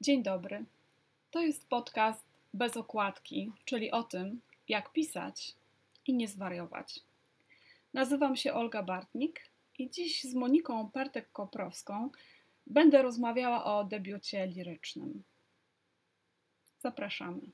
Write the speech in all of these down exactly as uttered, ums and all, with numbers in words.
Dzień dobry. To jest podcast bez okładki, czyli o tym, jak pisać i nie zwariować. Nazywam się Olga Bartnik i dziś z Moniką Pertek-Koprowską będę rozmawiała o debiucie lirycznym. Zapraszamy.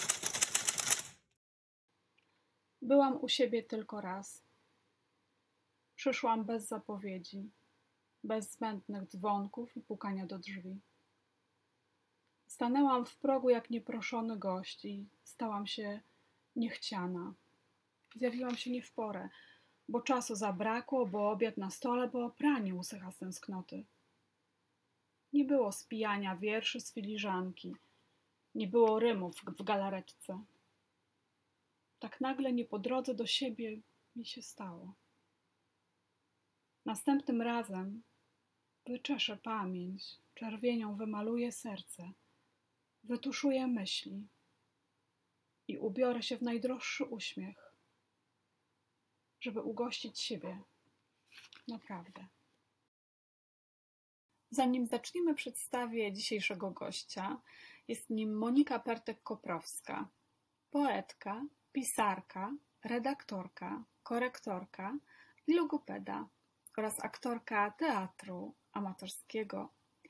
Byłam u siebie tylko raz. Przyszłam bez zapowiedzi, bez zbędnych dzwonków i pukania do drzwi. Stanęłam w progu jak nieproszony gość i stałam się niechciana. Zjawiłam się nie w porę, bo czasu zabrakło, bo obiad na stole, bo pranie usycha z tęsknoty. Nie było spijania wierszy z filiżanki, nie było rymów w galaretce. Tak nagle nie po drodze do siebie mi się stało. Następnym razem wyczeszę pamięć, czerwienią wymaluję serce, wytuszuję myśli i ubiorę się w najdroższy uśmiech, żeby ugościć siebie naprawdę. Zanim zaczniemy, przedstawię dzisiejszego gościa. Jest nim Monika Pertek-Koprowska, poetka, pisarka, redaktorka, korektorka i logopeda oraz aktorka teatru amatorskiego.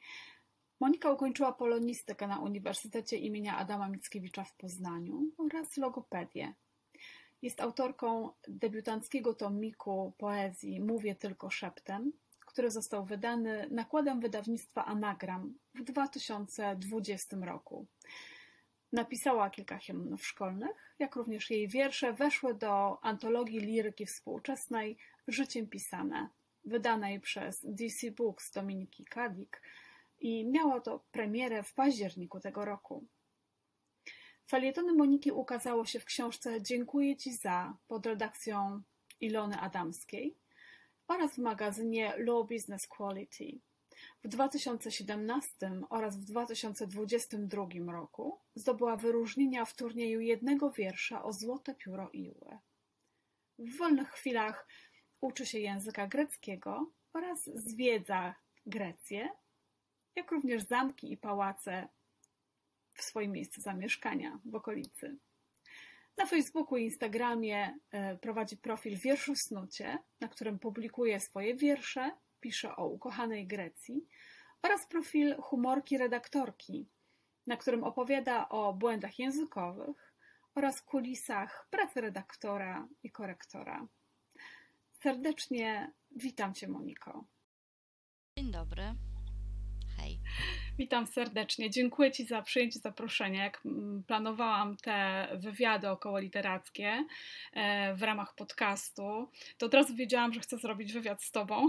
Monika ukończyła polonistykę na Uniwersytecie imienia Adama Mickiewicza w Poznaniu oraz logopedię. Jest autorką debiutanckiego tomiku poezji Mówię tylko szeptem, który został wydany nakładem wydawnictwa Anagram w dwa tysiące dwudziestym roku. Napisała kilka hymnów szkolnych, jak również jej wiersze weszły do antologii liryki współczesnej Życiem pisane, wydanej przez D C Books Dominiki Kadik i miało to premierę w październiku tego roku. Felietony Moniki ukazało się w książce Dziękuję Ci za pod redakcją Ilony Adamskiej oraz w magazynie Law Business Quality. W dwa tysiące siedemnastym oraz w dwa tysiące dwudziestym drugim roku zdobyła wyróżnienia w turnieju jednego wiersza o Złote Pióro Iły. W wolnych chwilach uczy się języka greckiego oraz zwiedza Grecję, jak również zamki i pałace w swoim miejscu zamieszkania w okolicy. Na Facebooku i Instagramie prowadzi profil Wierszu Snucie, na którym publikuje swoje wiersze, pisze o ukochanej Grecji, oraz profil Humorki Redaktorki, na którym opowiada o błędach językowych oraz kulisach pracy redaktora i korektora. Serdecznie witam Cię, Moniko. Dzień dobry. Hej. Witam serdecznie. Dziękuję Ci za przyjęcie zaproszenia. Jak planowałam te wywiady okołoliterackie w ramach podcastu, to od razu wiedziałam, że chcę zrobić wywiad z Tobą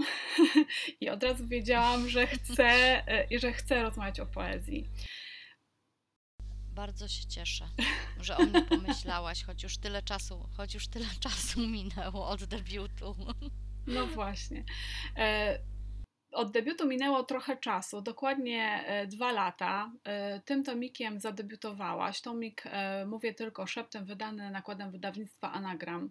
i od razu wiedziałam, że chcę, że chcę rozmawiać o poezji. Bardzo się cieszę, że o mnie pomyślałaś, choć już tyle czasu, choć już tyle czasu minęło od debiutu. No właśnie. Od debiutu minęło trochę czasu, dokładnie dwa lata. Tym tomikiem zadebiutowałaś. Tomik Mówię tylko szeptem, wydany nakładem wydawnictwa Anagram.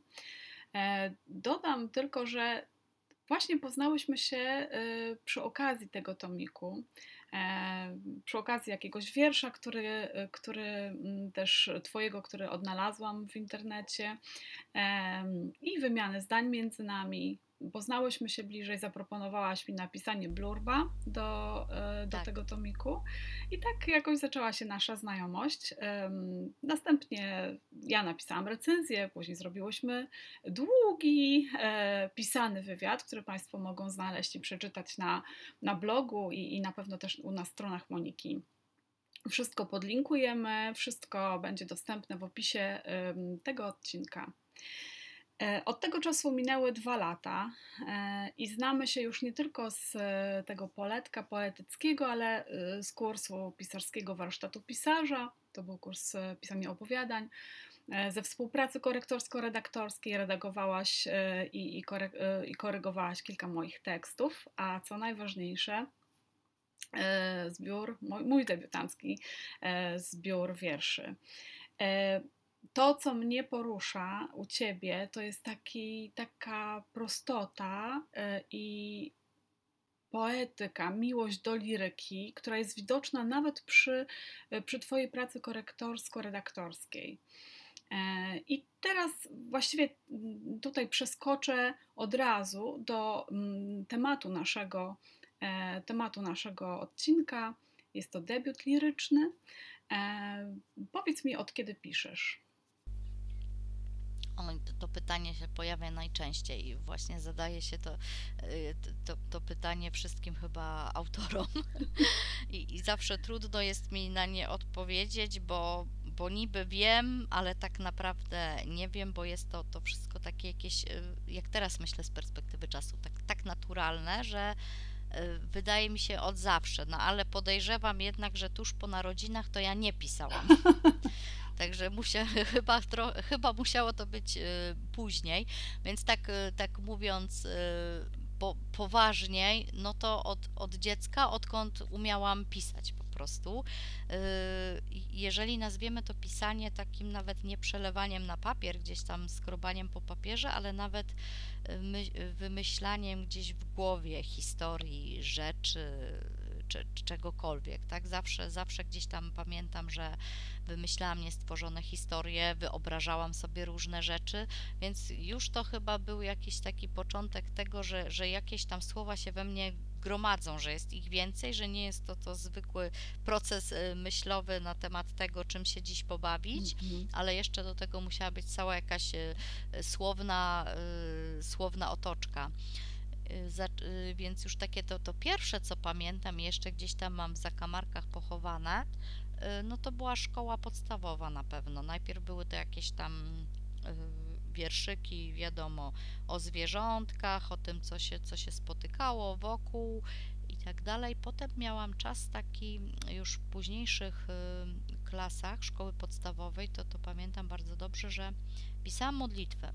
Dodam tylko, że właśnie poznałyśmy się przy okazji tego tomiku, przy okazji jakiegoś wiersza, który, który też Twojego, który odnalazłam w internecie i wymiany zdań między nami. Poznałyśmy się bliżej, zaproponowałaś mi napisanie blurba do, do Tak. tego tomiku i tak jakoś zaczęła się nasza znajomość. Następnie ja napisałam recenzję, później zrobiłyśmy długi, pisany wywiad, który Państwo mogą znaleźć i przeczytać na, na blogu i, i na pewno też u na stronach Moniki. Wszystko podlinkujemy, wszystko będzie dostępne w opisie tego odcinka. Od tego czasu minęły dwa lata i znamy się już nie tylko z tego poletka poetyckiego, ale z kursu pisarskiego warsztatu pisarza. To był kurs pisania opowiadań. Ze współpracy korektorsko-redaktorskiej redagowałaś i, i, korek, i korygowałaś kilka moich tekstów, a co najważniejsze, zbiór, mój, mój debiutancki zbiór wierszy. To, co mnie porusza u Ciebie, to jest taki, taka prostota i poetyka, miłość do liryki, która jest widoczna nawet przy, przy Twojej pracy korektorsko-redaktorskiej. I teraz właściwie tutaj przeskoczę od razu do tematu naszego, tematu naszego odcinka. Jest to debiut liryczny. Powiedz mi, od kiedy piszesz? O, to, to pytanie się pojawia najczęściej i właśnie zadaje się to, to, to pytanie wszystkim chyba autorom I, i zawsze trudno jest mi na nie odpowiedzieć, bo, bo niby wiem, ale tak naprawdę nie wiem, bo jest to, to wszystko takie jakieś, jak teraz myślę z perspektywy czasu, tak, tak naturalne, że wydaje mi się od zawsze, no ale podejrzewam jednak, że tuż po narodzinach to ja nie pisałam. Także musia, chyba, tro, chyba musiało to być y, później, więc tak, y, tak mówiąc y, po, poważniej, no to od, od dziecka, odkąd umiałam pisać po prostu. Y, jeżeli nazwiemy to pisanie takim nawet nie przelewaniem na papier, gdzieś tam skrobaniem po papierze, ale nawet my, wymyślaniem gdzieś w głowie historii, rzeczy, czy, czy czegokolwiek, tak? Zawsze, zawsze gdzieś tam pamiętam, że wymyślałam niestworzone historie, wyobrażałam sobie różne rzeczy, więc już to chyba był jakiś taki początek tego, że, że jakieś tam słowa się we mnie gromadzą, że jest ich więcej, że nie jest to, to zwykły proces myślowy na temat tego, czym się dziś pobawić, mhm. ale jeszcze do tego musiała być cała jakaś słowna, słowna otoczka. Więc już takie to, to pierwsze, co pamiętam, jeszcze gdzieś tam mam w zakamarkach pochowane, no to była szkoła podstawowa na pewno. Najpierw były to jakieś tam wierszyki, wiadomo, o zwierzątkach, o tym, co się, co się spotykało wokół i tak dalej. Potem miałam czas taki już w późniejszych klasach szkoły podstawowej, to, to pamiętam bardzo dobrze, że pisałam modlitwę.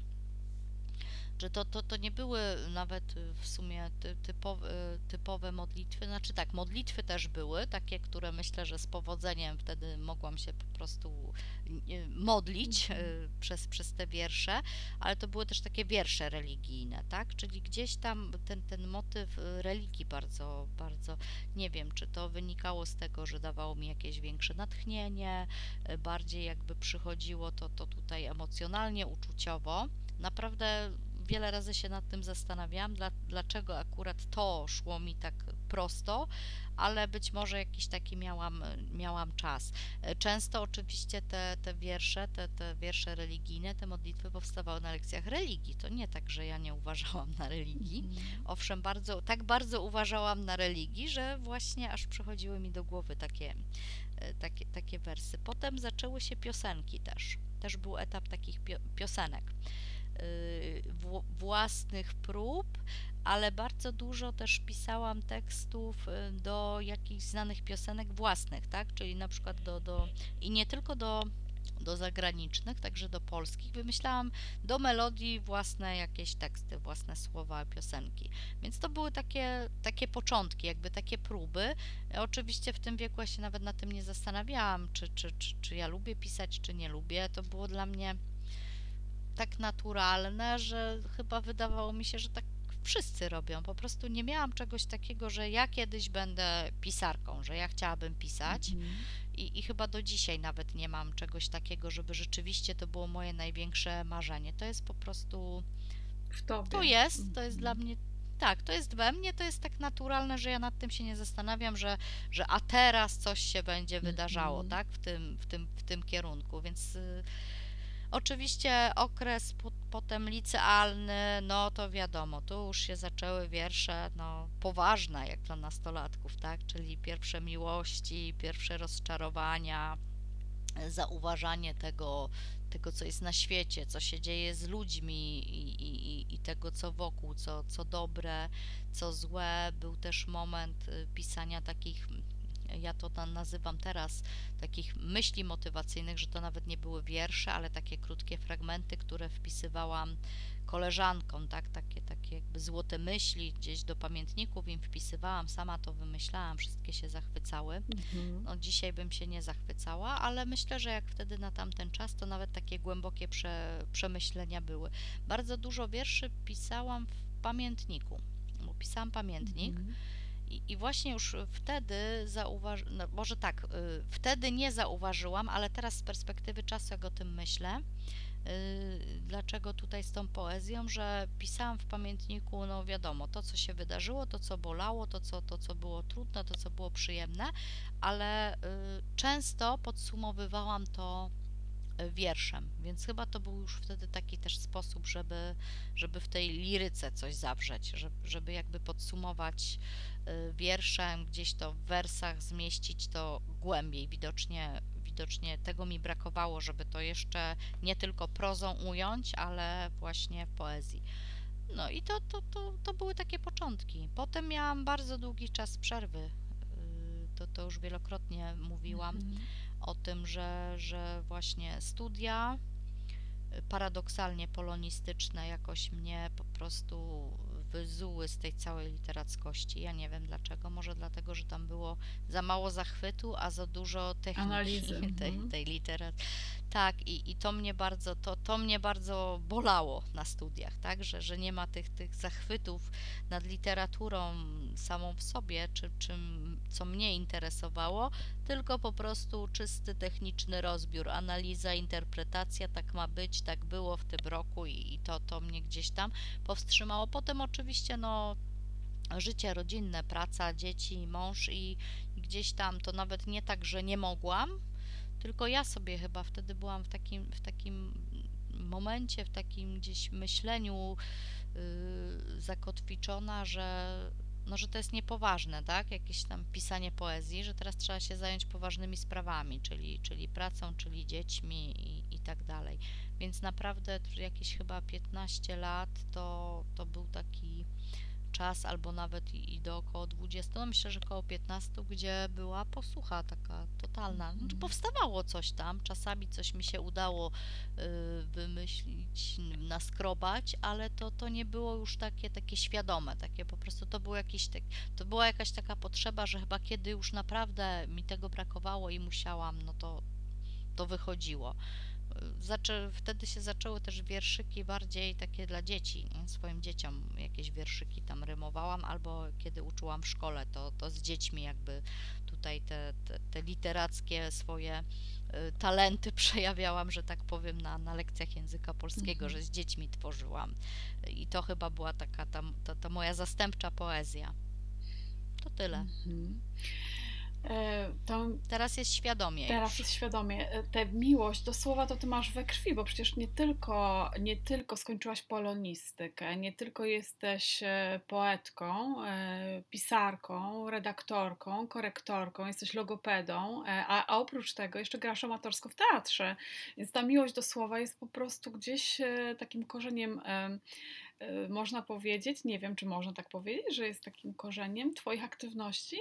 Że to, to, to nie były nawet w sumie typowe, typowe modlitwy, znaczy tak, modlitwy też były, takie, które myślę, że z powodzeniem wtedy mogłam się po prostu modlić mhm. przez, przez te wiersze, ale to były też takie wiersze religijne, tak, czyli gdzieś tam ten, ten motyw religii bardzo, bardzo, nie wiem, czy to wynikało z tego, że dawało mi jakieś większe natchnienie, bardziej jakby przychodziło to, to tutaj emocjonalnie, uczuciowo, naprawdę wiele razy się nad tym zastanawiałam, dla, dlaczego akurat to szło mi tak prosto, ale być może jakiś taki miałam, miałam czas. Często oczywiście te, te wiersze, te, te wiersze religijne, te modlitwy powstawały na lekcjach religii. To nie tak, że ja nie uważałam na religii. Owszem, bardzo, tak bardzo uważałam na religii, że właśnie aż przychodziły mi do głowy takie, takie, takie wersy. Potem zaczęły się piosenki też. Też był etap takich piosenek. Własnych prób, ale bardzo dużo też pisałam tekstów do jakichś znanych piosenek własnych, tak? Czyli na przykład do, do i nie tylko do, do zagranicznych, także do polskich. Wymyślałam do melodii własne jakieś teksty, własne słowa, piosenki. Więc to były takie, takie początki, jakby takie próby. Oczywiście w tym wieku ja się nawet na tym nie zastanawiałam, czy, czy, czy, czy ja lubię pisać, czy nie lubię. To było dla mnie tak naturalne, że chyba wydawało mi się, że tak wszyscy robią. Po prostu nie miałam czegoś takiego, że ja kiedyś będę pisarką, że ja chciałabym pisać mm. I, i chyba do dzisiaj nawet nie mam czegoś takiego, żeby rzeczywiście to było moje największe marzenie. To jest po prostu... W tobie. To jest, to jest mm. dla mnie... Tak, to jest we mnie, to jest tak naturalne, że ja nad tym się nie zastanawiam, że, że a teraz coś się będzie wydarzało, mm. tak, w tym, w tym, w tym kierunku, więc... Oczywiście okres po, potem licealny, no to wiadomo, tu już się zaczęły wiersze no, poważne jak dla nastolatków, tak? Czyli pierwsze miłości, pierwsze rozczarowania, zauważanie tego, tego co jest na świecie, co się dzieje z ludźmi i, i, i tego, co wokół, co, co dobre, co złe. Był też moment pisania takich, ja to nazywam teraz, takich myśli motywacyjnych, że to nawet nie były wiersze, ale takie krótkie fragmenty, które wpisywałam koleżankom, tak, takie, takie jakby złote myśli, gdzieś do pamiętników im wpisywałam, sama to wymyślałam, wszystkie się zachwycały. Mhm. No dzisiaj bym się nie zachwycała, ale myślę, że jak wtedy na tamten czas, to nawet takie głębokie prze, przemyślenia były. Bardzo dużo wierszy pisałam w pamiętniku, bo pisałam pamiętnik, mhm. I, I właśnie już wtedy zauważyłam, no może tak, y, wtedy nie zauważyłam, ale teraz z perspektywy czasu, jak o tym myślę, y, dlaczego tutaj z tą poezją, że pisałam w pamiętniku, no wiadomo, to co się wydarzyło, to co bolało, to co, to co było trudne, to co było przyjemne, ale y, często podsumowywałam to wierszem, więc chyba to był już wtedy taki też sposób, żeby, żeby w tej liryce coś zawrzeć, żeby, żeby jakby podsumować y, wierszem, gdzieś to w wersach zmieścić to głębiej. Widocznie, widocznie tego mi brakowało, żeby to jeszcze nie tylko prozą ująć, ale właśnie w poezji. No i to, to, to, to były takie początki. Potem miałam bardzo długi czas przerwy. y, To, to już wielokrotnie mówiłam Mhm. o tym, że, że właśnie studia y, paradoksalnie polonistyczne jakoś mnie po prostu wyzuły z tej całej literackości. Ja nie wiem dlaczego, może dlatego, że tam było za mało zachwytu, a za dużo Analizy. techniki tej, Mhm. tej literatury. Tak, i, i to mnie bardzo, to, to mnie bardzo bolało na studiach, tak, że, że nie ma tych, tych zachwytów nad literaturą samą w sobie, czy czym, co mnie interesowało, tylko po prostu czysty techniczny rozbiór, analiza, interpretacja, tak ma być, tak było w tym roku i, i to, to mnie gdzieś tam powstrzymało. Potem oczywiście no życie rodzinne, praca, dzieci, mąż i, i gdzieś tam to nawet nie tak, że nie mogłam, tylko ja sobie chyba wtedy byłam w takim, w takim momencie, w takim gdzieś myśleniu yy, zakotwiczona, że, no, że to jest niepoważne, tak? Jakieś tam pisanie poezji, że teraz trzeba się zająć poważnymi sprawami, czyli, czyli pracą, czyli dziećmi i, i tak dalej. Więc naprawdę jakieś chyba piętnaście lat to, to był taki czas, albo nawet i, i do około dwudziestu, no myślę, że około piętnastu, gdzie była posłucha taka totalna. Znaczy Mhm. powstawało coś tam, czasami coś mi się udało y, wymyślić, naskrobać, ale to, to nie było już takie, takie świadome, takie po prostu to był jakiś tak, to była jakaś taka potrzeba, że chyba kiedy już naprawdę mi tego brakowało i musiałam, no to to wychodziło. Zaczę, wtedy się zaczęły też wierszyki bardziej takie dla dzieci, nie? Swoim dzieciom jakieś wierszyki tam rymowałam, albo kiedy uczyłam w szkole, to, to z dziećmi jakby tutaj te, te, te literackie swoje y, talenty przejawiałam, że tak powiem, na, na lekcjach języka polskiego, Mhm. że z dziećmi tworzyłam. I to chyba była taka ta, ta, ta moja zastępcza poezja. To tyle. Mhm. E, To Teraz jest świadomie teraz już. jest świadomie. E, Tę miłość do słowa to ty masz we krwi, bo przecież nie tylko, nie tylko skończyłaś polonistykę, nie tylko jesteś e, poetką, e, pisarką, redaktorką, korektorką, jesteś logopedą, e, a, a oprócz tego jeszcze grasz amatorsko w teatrze. Więc ta miłość do słowa jest po prostu gdzieś e, takim korzeniem, e, e, można powiedzieć, nie wiem, czy można tak powiedzieć, że jest takim korzeniem twoich aktywności?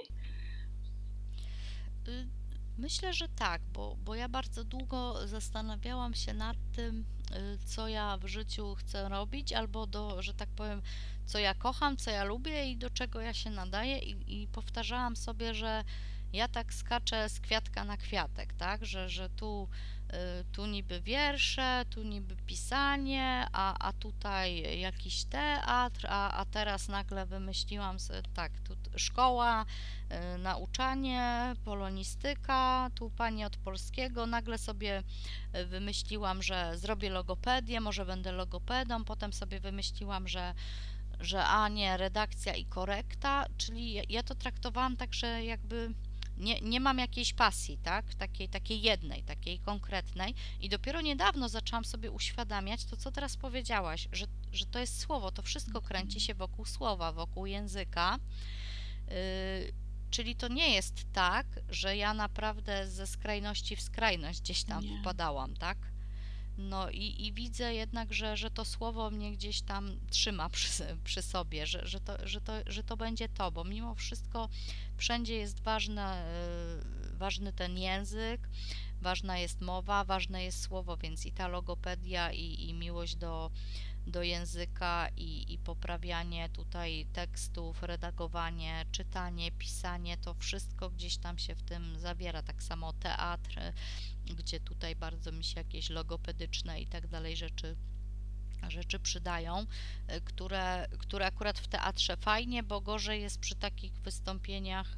Y, Myślę, że tak, bo, bo ja bardzo długo zastanawiałam się nad tym, y, co ja w życiu chcę robić, albo do, że tak powiem, co ja kocham, co ja lubię i do czego ja się nadaję, i, i powtarzałam sobie, że ja tak skaczę z kwiatka na kwiatek, tak, że, że tu, y, tu niby wiersze, tu niby pisanie, a, a tutaj jakiś teatr, a, a teraz nagle wymyśliłam sobie, tak, tu szkoła, y, nauczanie, polonistyka, tu pani od polskiego. Nagle sobie y, wymyśliłam, że zrobię logopedię, może będę logopedą, potem sobie wymyśliłam, że, że a nie, redakcja i korekta, czyli ja, ja to traktowałam tak, że jakby nie, nie mam jakiejś pasji, tak? Takiej, takiej jednej, takiej konkretnej. I dopiero niedawno zaczęłam sobie uświadamiać to, co teraz powiedziałaś, że, że to jest słowo, to wszystko kręci się wokół słowa, wokół języka. Yy, Czyli to nie jest tak, że ja naprawdę ze skrajności w skrajność gdzieś tam Nie. wpadałam, tak? No i, i widzę jednak, że, że to słowo mnie gdzieś tam trzyma przy, przy sobie, że, że, to, że, to, że to będzie to, bo mimo wszystko wszędzie jest ważne, yy, ważny ten język, ważna jest mowa, ważne jest słowo, więc i ta logopedia, i, i miłość do, do języka, i, i poprawianie tutaj tekstów, redagowanie, czytanie, pisanie, to wszystko gdzieś tam się w tym zawiera. Tak samo teatr, gdzie tutaj bardzo mi się jakieś logopedyczne i tak dalej rzeczy rzeczy przydają, y, które, które akurat w teatrze fajnie, bo gorzej jest przy takich wystąpieniach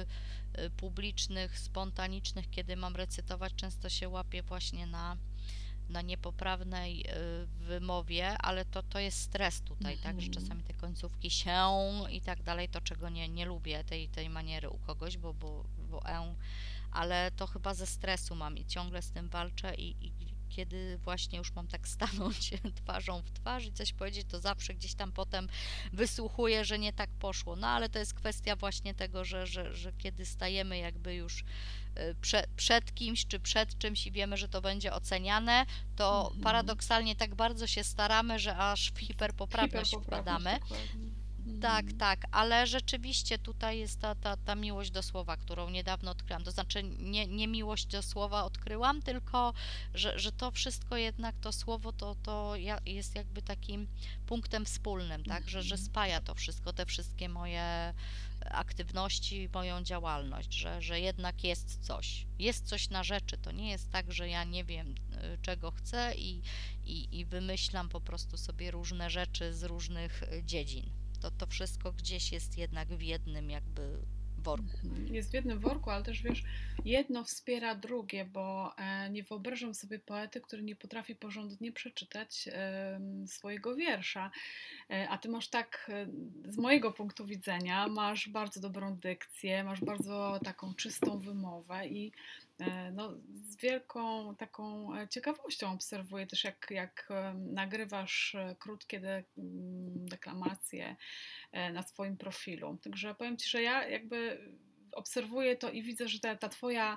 y, y, publicznych, spontanicznych, kiedy mam recytować, często się łapię właśnie na, na niepoprawnej y, wymowie, ale to, to jest stres tutaj, tak, że Mhm. czasami te końcówki się i tak dalej, to czego nie, nie lubię, tej, tej maniery u kogoś, bo, bo, bo e, ale to chyba ze stresu mam i ciągle z tym walczę i, i kiedy właśnie już mam tak stanąć twarzą w twarz i coś powiedzieć, to zawsze gdzieś tam potem wysłuchuję, że nie tak poszło. No ale to jest kwestia właśnie tego, że, że, że kiedy stajemy jakby już y, prze, przed kimś czy przed czymś i wiemy, że to będzie oceniane, to Mhm. paradoksalnie tak bardzo się staramy, że aż w hiperpoprawność Hiperpoprawność, wpadamy. dokładnie. Tak, Mhm. tak, ale rzeczywiście tutaj jest ta, ta, ta miłość do słowa, którą niedawno odkryłam. To znaczy nie, nie miłość do słowa odkryłam, tylko że, że to wszystko jednak, to słowo to, to ja- jest jakby takim punktem wspólnym, tak, że, że Mhm. spaja to wszystko, te wszystkie moje aktywności, moją działalność, że, że jednak jest coś. Jest coś na rzeczy. To nie jest tak, że ja nie wiem, y, czego chcę i, i, i wymyślam po prostu sobie różne rzeczy z różnych y, dziedzin. To, to wszystko gdzieś jest jednak w jednym jakby worku. Mhm. Jest w jednym worku, ale też wiesz, jedno wspiera drugie, bo e, nie wyobrażam sobie poety, który nie potrafi porządnie przeczytać em, swojego wiersza. E, A ty masz tak, e, z mojego punktu widzenia, masz bardzo dobrą dykcję, masz bardzo taką czystą wymowę i e, no, z wielką taką e, ciekawością obserwuję też, jak, jak e, nagrywasz e, krótkie de, mm, deklamacje e, na swoim profilu. Także powiem ci, że ja jakby obserwuję to i widzę, że ta, ta twoja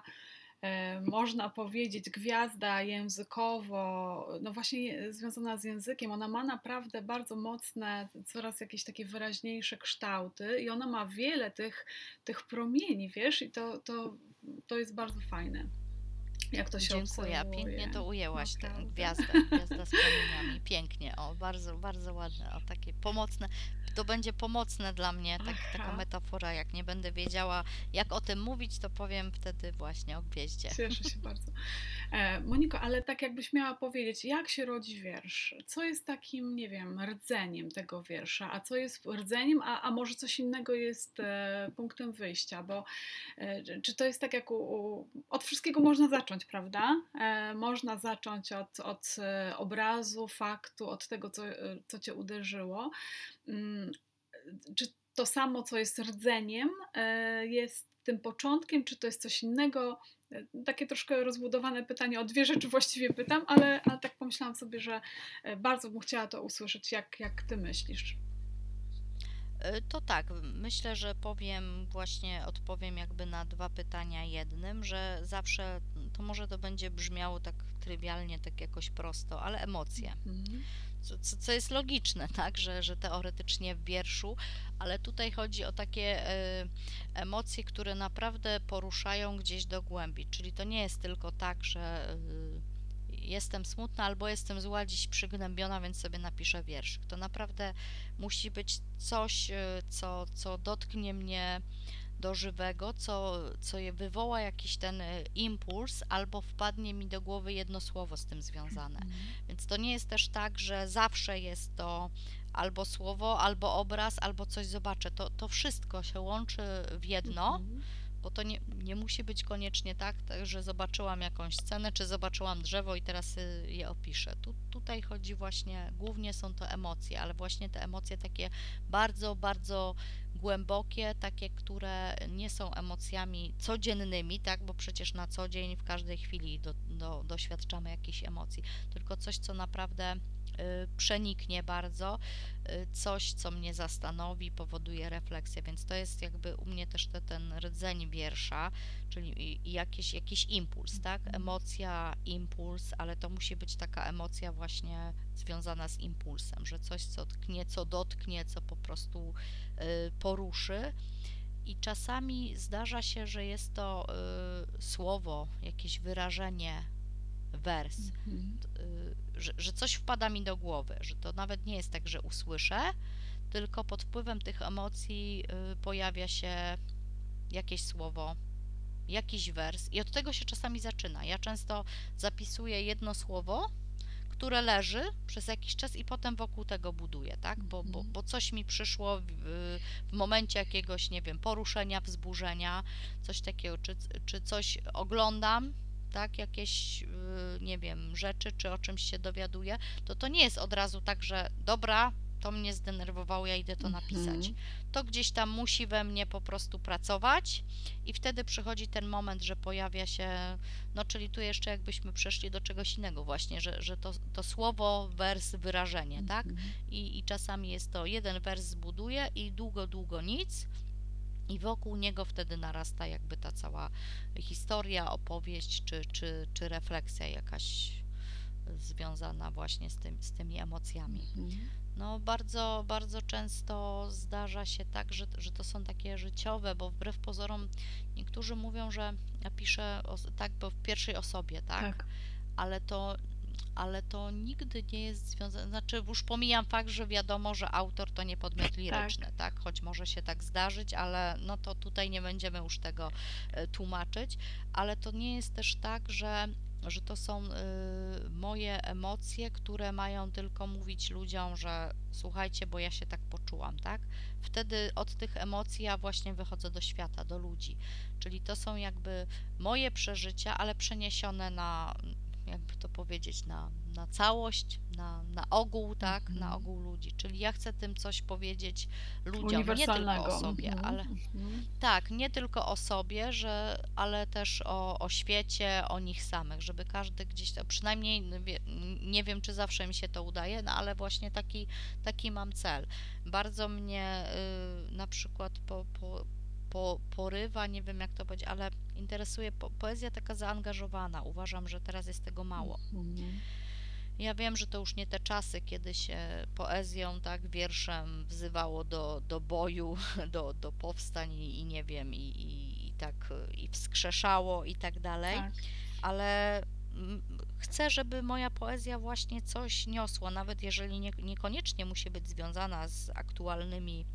e, można powiedzieć, gwiazda językowo, no właśnie związana z językiem, ona ma naprawdę bardzo mocne, coraz jakieś takie wyraźniejsze kształty i ona ma wiele tych, tych promieni, wiesz, i to, to, to jest bardzo fajne, jak to się Dziękuję, a pięknie obserwuje, to ujęłaś, tę naprawdę. gwiazdę, gwiazda z promieniami, pięknie, o, bardzo, bardzo ładne, o, takie pomocne, to będzie pomocne dla mnie, tak, taka Aha. metafora, jak nie będę wiedziała, jak o tym mówić, to powiem wtedy właśnie o gwieździe. Cieszę się bardzo. E, Moniko, ale tak jakbyś miała powiedzieć, jak się rodzi wiersz? Co jest takim, nie wiem, rdzeniem tego wiersza, a co jest rdzeniem, a, a może coś innego jest e, punktem wyjścia? Bo e, czy to jest tak jak u, u, od wszystkiego można zacząć, prawda? E, można zacząć od, od e, obrazu, faktu, od tego, co, e, co cię uderzyło. Mm, Czy to samo, co jest rdzeniem, e, jest tym początkiem, czy to jest coś innego? E, Takie troszkę rozbudowane pytanie, o dwie rzeczy właściwie pytam, ale, ale tak pomyślałam sobie, że e, bardzo bym chciała to usłyszeć, jak, jak ty myślisz. Y, To tak, myślę, że powiem właśnie, odpowiem jakby na dwa pytania jednym, że zawsze to może to będzie brzmiało tak trywialnie, tak jakoś prosto, ale emocje. Mhm. Co, co co jest logiczne, tak, że, że teoretycznie w wierszu, ale tutaj chodzi o takie y, emocje, które naprawdę poruszają gdzieś do głębi, czyli to nie jest tylko tak, że y, jestem smutna albo jestem zła, dziś przygnębiona, więc sobie napiszę wiersz. To naprawdę musi być coś, y, co, co dotknie mnie do żywego, co, co je wywoła jakiś ten y, impuls, albo wpadnie mi do głowy jedno słowo z tym związane. Mhm. Więc to nie jest też tak, że zawsze jest to albo słowo, albo obraz, albo coś zobaczę. To, to wszystko się łączy w jedno, Mhm. bo to nie, nie musi być koniecznie tak, tak, że zobaczyłam jakąś scenę, czy zobaczyłam drzewo i teraz y, je opiszę. Tu, tutaj chodzi właśnie, głównie są to emocje, ale właśnie te emocje takie bardzo, bardzo głębokie, takie, które nie są emocjami codziennymi, tak, bo przecież na co dzień, w każdej chwili do, do, doświadczamy jakichś emocji, tylko coś, co naprawdę y, przeniknie bardzo, y, coś, co mnie zastanowi, powoduje refleksję, więc to jest jakby u mnie też te, ten rdzeń wiersza, czyli i- i jakiś, jakiś impuls, tak, Mhm. emocja, impuls, ale to musi być taka emocja właśnie związana z impulsem, że coś, co tknie, co dotknie, co po prostu y, poruszy. I czasami zdarza się, że jest to y, słowo, jakieś wyrażenie, wers, Mhm. y, że, że coś wpada mi do głowy, że to nawet nie jest tak, że usłyszę, tylko pod wpływem tych emocji y, pojawia się jakieś słowo, jakiś wers i od tego się czasami zaczyna. Ja często zapisuję jedno słowo, które leży przez jakiś czas i potem wokół tego buduję, tak? Bo, bo, bo coś mi przyszło w, w momencie jakiegoś, nie wiem, poruszenia, wzburzenia, coś takiego, czy, czy coś oglądam, tak, jakieś, nie wiem, rzeczy, czy o czymś się dowiaduję, to to nie jest od razu tak, że dobra, to mnie zdenerwowało, ja idę to napisać. Mhm. To gdzieś tam musi we mnie po prostu pracować i wtedy przychodzi ten moment, że pojawia się, no czyli tu jeszcze jakbyśmy przeszli do czegoś innego właśnie, że, że to, to słowo, wers, wyrażenie, tak? Mhm. I, I czasami jest to jeden wers zbuduje i długo, długo nic, i wokół niego wtedy narasta jakby ta cała historia, opowieść czy, czy, czy refleksja jakaś związana właśnie z, tym, z tymi emocjami. Mhm. No bardzo, bardzo często zdarza się tak, że, że to są takie życiowe, bo wbrew pozorom niektórzy mówią, że ja piszę o, tak, bo w pierwszej osobie, tak? Tak. Ale to ale to nigdy nie jest związane, znaczy już pomijam fakt, że wiadomo, że autor to nie podmiot liryczny, Tak. tak, choć może się tak zdarzyć, ale no to tutaj nie będziemy już tego e, tłumaczyć, ale to nie jest też tak, że że to są y, moje emocje, które mają tylko mówić ludziom, że słuchajcie, bo ja się tak poczułam, tak? Wtedy od tych emocji ja właśnie wychodzę do świata, do ludzi, czyli to są jakby moje przeżycia, ale przeniesione na, jakby to powiedzieć, na, na całość, na, na ogół, tak, na Mhm. ogół ludzi. Czyli ja chcę tym coś powiedzieć ludziom, nie tylko o Uniwersalnego. sobie, Mhm. ale Mhm. tak, nie tylko o sobie, że, ale też o, o świecie, o nich samych, żeby każdy gdzieś, to przynajmniej no wie, nie wiem, czy zawsze mi się to udaje, no ale właśnie taki, taki mam cel. Bardzo mnie y, na przykład po, po, po, porywa, nie wiem jak to powiedzieć, ale interesuje po, poezja taka zaangażowana. Uważam, że teraz jest tego mało. Mhm. Ja wiem, że to już nie te czasy, kiedy się poezją, tak, wierszem wzywało do, do boju, do, do powstań i, i nie wiem, i, i, i tak i wskrzeszało i tak dalej, Tak. ale mm, chcę, żeby moja poezja właśnie coś niosła, nawet jeżeli nie, niekoniecznie musi być związana z aktualnymi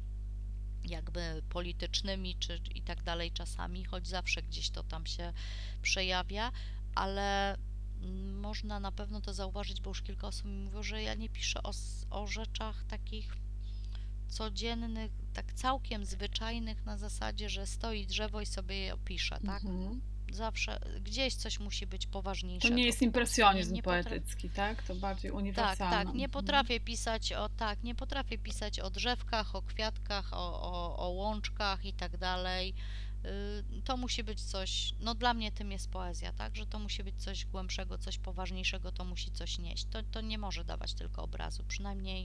jakby politycznymi czy i tak dalej czasami, choć zawsze gdzieś to tam się przejawia, ale mm, można na pewno to zauważyć, bo już kilka osób mi mówiło, że ja nie piszę o, o rzeczach takich codziennych, tak całkiem zwyczajnych na zasadzie, że stoi drzewo i sobie je opiszę, tak? Mhm. Zawsze gdzieś coś musi być To nie poważniejszego jest po prostu. Nie, impresjonizm nie potrafię. poetycki, tak? To bardziej Tak, uniwersalne. tak, nie Mhm. potrafię pisać o tak, nie potrafię pisać o drzewkach, o kwiatkach, o, o, o łączkach i tak dalej. Y, To musi być coś, no dla mnie tym jest poezja, tak, że to musi być coś głębszego, coś poważniejszego, to musi coś nieść. To, to nie może dawać tylko obrazu, przynajmniej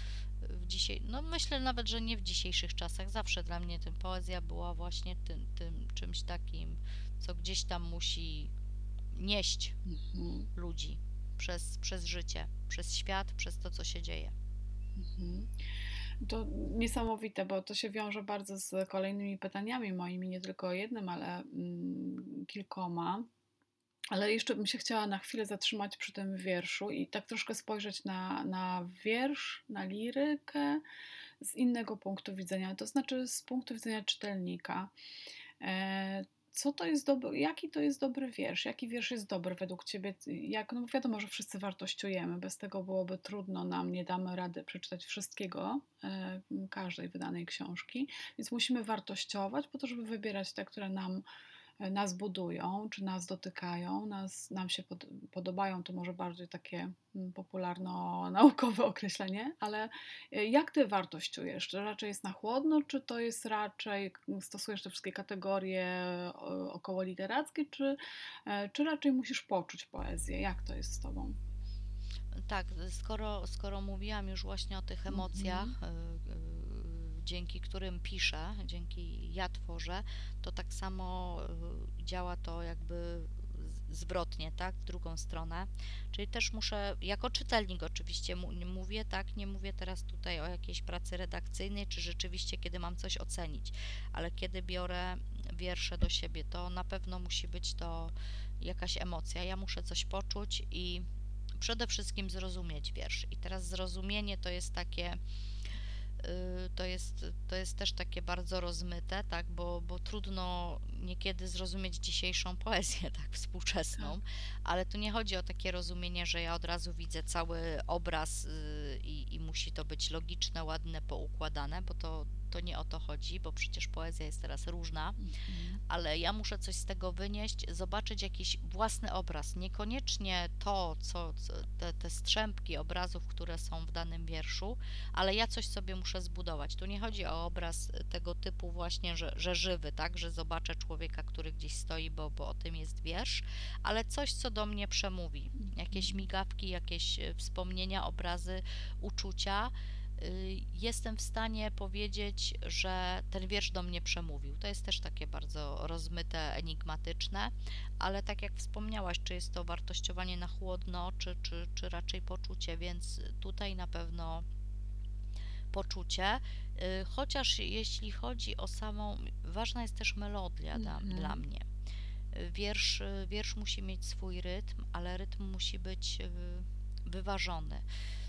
w dzisiaj, no myślę nawet, że nie w dzisiejszych czasach, zawsze dla mnie tym poezja była właśnie tym, tym czymś takim, co gdzieś tam musi nieść Mhm. ludzi przez, przez życie, przez świat, przez to, co się dzieje. Mhm. To niesamowite, bo to się wiąże bardzo z kolejnymi pytaniami moimi, nie tylko o jednym, ale mm, kilkoma. Ale jeszcze bym się chciała na chwilę zatrzymać przy tym wierszu i tak troszkę spojrzeć na, na wiersz, na lirykę z innego punktu widzenia, to znaczy z punktu widzenia czytelnika. E, Co to jest dobry, jaki to jest dobry wiersz? Jaki wiersz jest dobry według Ciebie? Jak, no wiadomo, że wszyscy wartościujemy, bez tego byłoby trudno nam, nie damy rady przeczytać wszystkiego, e, każdej wydanej książki, więc musimy wartościować po to, żeby wybierać te, które nam nas budują, czy nas dotykają, nas, nam się pod, podobają, to może bardziej takie popularno-naukowe określenie, ale jak Ty wartościujesz? Czy raczej jest na chłodno, czy to jest raczej, stosujesz te wszystkie kategorie około literackie, czy, czy raczej musisz poczuć poezję? Jak to jest z Tobą? Tak, skoro, skoro mówiłam już właśnie o tych emocjach, Mhm. y, y, dzięki którym piszę, dzięki ja tworzę, to tak samo y, działa to jakby z- zwrotnie, tak, w drugą stronę. Czyli też muszę, jako czytelnik oczywiście mu- nie mówię, tak, nie mówię teraz tutaj o jakiejś pracy redakcyjnej, czy rzeczywiście kiedy mam coś ocenić, ale kiedy biorę wiersze do siebie, to na pewno musi być to jakaś emocja. Ja muszę coś poczuć i przede wszystkim zrozumieć wiersz. I teraz zrozumienie to jest takie, y, to jest, to jest też takie bardzo rozmyte, tak, bo, bo trudno niekiedy zrozumieć dzisiejszą poezję, tak, współczesną, Tak. ale tu nie chodzi o takie rozumienie, że ja od razu widzę cały obraz y, i, i musi to być logiczne, ładne, poukładane, bo to, to nie o to chodzi, bo przecież poezja jest teraz różna, Mhm. ale ja muszę coś z tego wynieść, zobaczyć jakiś własny obraz. Niekoniecznie to, co, co te, te strzępki obrazów, które są w danym wierszu, ale ja coś sobie muszę zbudować. Tu nie chodzi o obraz tego typu właśnie, że, że żywy, tak, że zobaczę człowieka, który gdzieś stoi, bo, bo o tym jest wiersz, ale coś, co do mnie przemówi. Jakieś Mhm. migawki, jakieś e, wspomnienia, obrazy, uczucia. Y, Jestem w stanie powiedzieć, że ten wiersz do mnie przemówił. To jest też takie bardzo rozmyte, enigmatyczne, ale tak jak wspomniałaś, czy jest to wartościowanie na chłodno, czy, czy, czy raczej poczucie, więc tutaj na pewno poczucie. Y, Chociaż jeśli chodzi o samą, ważna jest też melodia dla, dla Mhm. mnie. Y, Wiersz, y, wiersz musi mieć swój rytm, ale rytm musi być y, wyważony.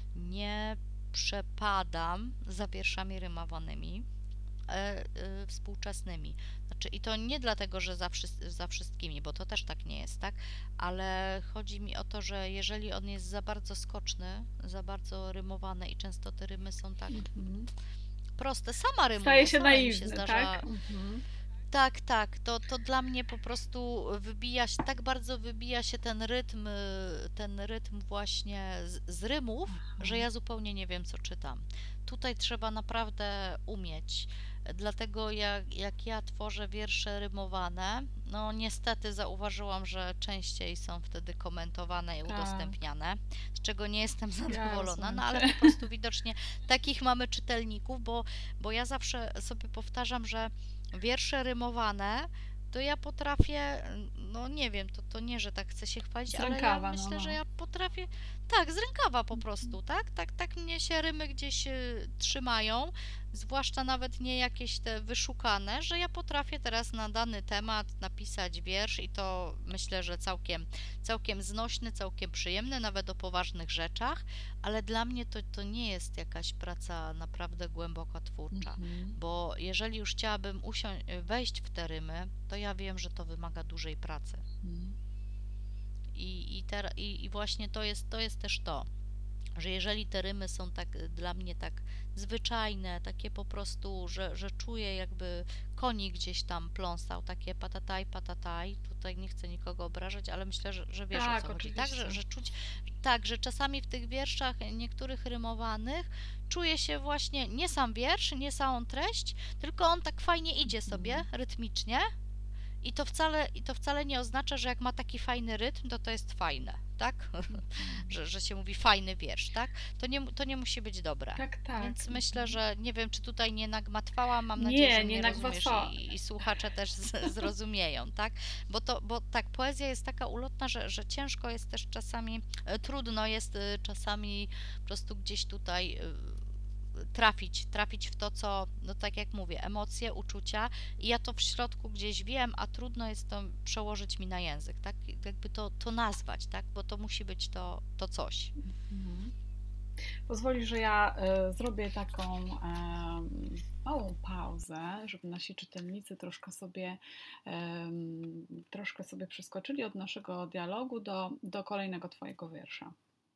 Nie przepadam za wierszami rymowanymi e, e, współczesnymi. Znaczy, i to nie dlatego, że za, wszys- za wszystkimi, bo to też tak nie jest, tak? Ale chodzi mi o to, że jeżeli on jest za bardzo skoczny, za bardzo rymowany i często te rymy są tak Mhm. proste, sama Staje rymuję, się samej mi się naiwny, zdarza. tak? Mhm. Tak, tak, to, to dla mnie po prostu wybija się, tak bardzo wybija się ten rytm, y, ten rytm właśnie z, z rymów, Aha. że ja zupełnie nie wiem, co czytam. Tutaj trzeba naprawdę umieć. Dlatego jak, jak ja tworzę wiersze rymowane, no niestety zauważyłam, że częściej są wtedy komentowane i Tak, udostępniane, z czego nie jestem ja zadowolona, rozumiem no cię. ale po prostu widocznie takich mamy czytelników, bo, bo ja zawsze sobie powtarzam, że wiersze rymowane, to ja potrafię, no nie wiem, to, to nie, że tak chcę się chwalić, Z ale ja rękawa, no, myślę, że no. ja potrafię, tak, z rękawa po Mhm. prostu, tak, tak, tak mnie się rymy gdzieś y, trzymają, zwłaszcza nawet nie jakieś te wyszukane, że ja potrafię teraz na dany temat napisać wiersz i to myślę, że całkiem, całkiem znośny, całkiem przyjemny, nawet o poważnych rzeczach, ale dla mnie to, to nie jest jakaś praca naprawdę głęboko twórcza, Mhm. bo jeżeli już chciałabym usiąść, wejść w te rymy, to ja wiem, że to wymaga dużej pracy. Mhm. I, i, ter, i, i właśnie to jest, to jest też to, że jeżeli te rymy są tak y, dla mnie tak zwyczajne, takie po prostu, że, że czuję jakby konik gdzieś tam pląsał, takie patataj, patataj, tutaj nie chcę nikogo obrażać, ale myślę, że, że wiesz o co Tak, chodzi, tak? Że, oczywiście. że czuć, tak, że czasami w tych wierszach niektórych rymowanych czuje się właśnie nie sam wiersz, nie samą treść, tylko on tak fajnie idzie sobie Mhm. rytmicznie i to wcale, i to wcale nie oznacza, że jak ma taki fajny rytm, to to jest fajne, tak? Mhm. że, że się mówi fajny wiersz, tak? To nie, to nie musi być dobre. Tak, tak. Więc myślę, Mhm. że nie wiem, czy tutaj nie nagmatwałam, mam nadzieję, że Nie, nie mnie rozumiesz nagwasała. i, i słuchacze też z, zrozumieją, tak? Bo to, bo tak, poezja jest taka ulotna, że, że ciężko jest też czasami, e, trudno jest e, czasami po prostu gdzieś tutaj e, trafić, trafić w to, co, no tak jak mówię, emocje, uczucia i ja to w środku gdzieś wiem, a trudno jest to przełożyć mi na język, tak? Jakby to, to nazwać, tak? Bo to musi być to, to coś. Mhm. Pozwolisz, że ja e, zrobię taką em, małą pauzę, żeby nasi czytelnicy troszkę sobie, em, troszkę sobie przeskoczyli od naszego dialogu do, do kolejnego Twojego wiersza.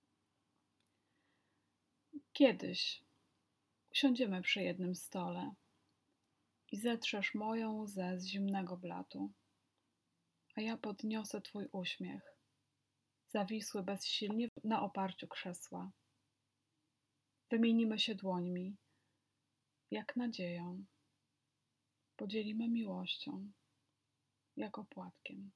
Kiedyś usiądziemy przy jednym stole i zetrzesz moją łzę z zimnego blatu, a ja podniosę Twój uśmiech, zawisły bezsilnie na oparciu krzesła. Wymienimy się dłońmi, jak nadzieją, podzielimy miłością, jak opłatkiem.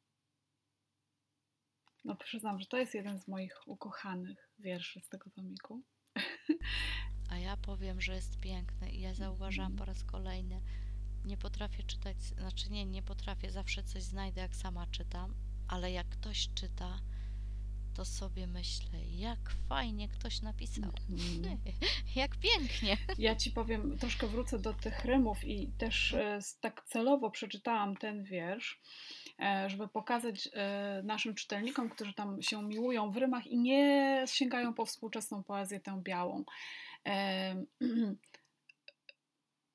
No przyznam, że to jest jeden z moich ukochanych wierszy z tego tomiku. A ja powiem, że jest piękny i ja zauważyłam Mhm. po raz kolejny, nie potrafię czytać, znaczy nie, nie potrafię, zawsze coś znajdę, jak sama czytam, ale jak ktoś czyta, to sobie myślę, jak fajnie ktoś napisał. Mhm. Jak pięknie. Ja Ci powiem, troszkę wrócę do tych rymów i też e, tak celowo przeczytałam ten wiersz, e, żeby pokazać e, naszym czytelnikom, którzy tam się miłują w rymach i nie sięgają po współczesną poezję, tę białą. E,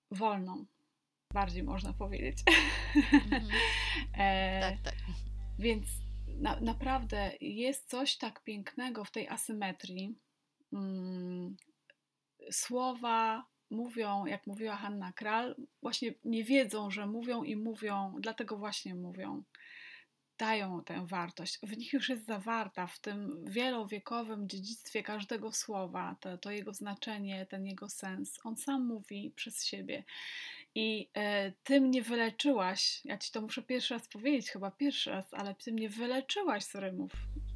wolną, bardziej można powiedzieć. Mhm. e, Tak, tak. więc na, naprawdę jest coś tak pięknego w tej asymetrii. Mm, słowa mówią, jak mówiła Hanna Kral, właśnie nie wiedzą, że mówią i mówią, dlatego właśnie mówią. Dają tę wartość. W nich już jest zawarta, w tym wielowiekowym dziedzictwie każdego słowa, to, to jego znaczenie, ten jego sens. On sam mówi przez siebie. I e, ty mnie wyleczyłaś, ja ci to muszę pierwszy raz powiedzieć, chyba pierwszy raz, ale ty mnie wyleczyłaś z rymów.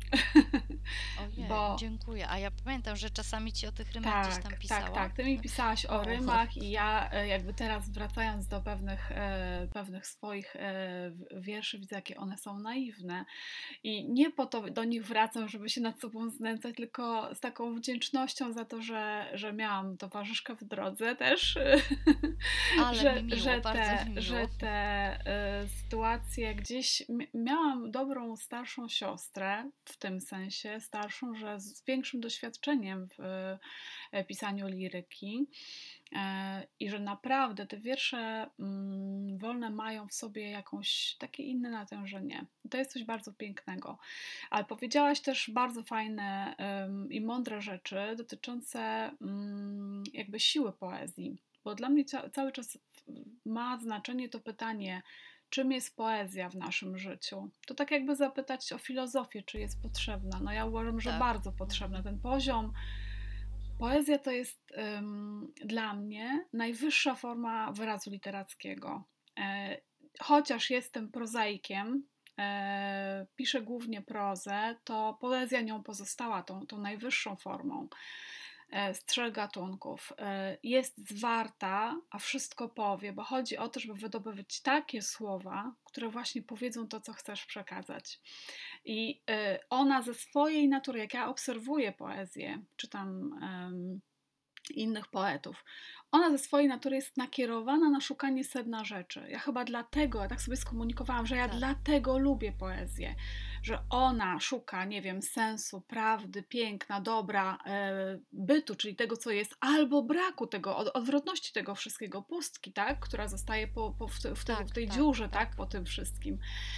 Ojej, Bo dziękuję. A ja pamiętam, że czasami ci o tych rymach gdzieś tam tak, tak, pisałam. tak. Ty mi pisałaś o O, rymach i ja e, jakby teraz wracając do pewnych, e, pewnych swoich e, wierszy, widzę, jakie one są naiwne. I nie po to do nich wracam, żeby się nad sobą znęcać, tylko z taką wdzięcznością za to, że, że miałam towarzyszkę w drodze też, ale mi że, miło, że bardzo te, mi miło. że te y, sytuacje gdzieś... m- Miałam dobrą starszą siostrę, w tym sensie starszą, że z większym doświadczeniem w y, pisaniu liryki. E, I że naprawdę te wiersze mm, wolne mają w sobie jakąś takie inne natężenie. To jest coś bardzo pięknego. Ale powiedziałaś też bardzo fajne ym, i mądre rzeczy dotyczące ym, jakby siły poezji. Bo dla mnie ca- cały czas ma znaczenie to pytanie, czym jest poezja w naszym życiu. To tak jakby zapytać o filozofię, czy jest potrzebna. No ja uważam, że Tak. bardzo potrzebna. Mhm. Ten poziom. Poezja to jest ym, dla mnie najwyższa forma wyrazu literackiego. E, chociaż jestem prozaikiem, e, piszę głównie prozę, to poezja nią pozostała, tą, tą najwyższą formą e, z trzech gatunków. E, jest zwarta, a wszystko powie, bo chodzi o to, żeby wydobywać takie słowa, które właśnie powiedzą to, co chcesz przekazać. I y, ona ze swojej natury, jak ja obserwuję poezję, czytam um, innych poetów, ona ze swojej natury jest nakierowana na szukanie sedna rzeczy. Ja chyba dlatego, ja tak sobie skomunikowałam, że ja Tak, dlatego lubię poezję, że ona szuka, nie wiem, sensu, prawdy, piękna, dobra, e, bytu, czyli tego, co jest, albo braku tego, od, odwrotności tego wszystkiego, pustki, tak, która zostaje po, po, w, te, w, te, w tak, tej tak, dziurze, tak. tak, po tym wszystkim.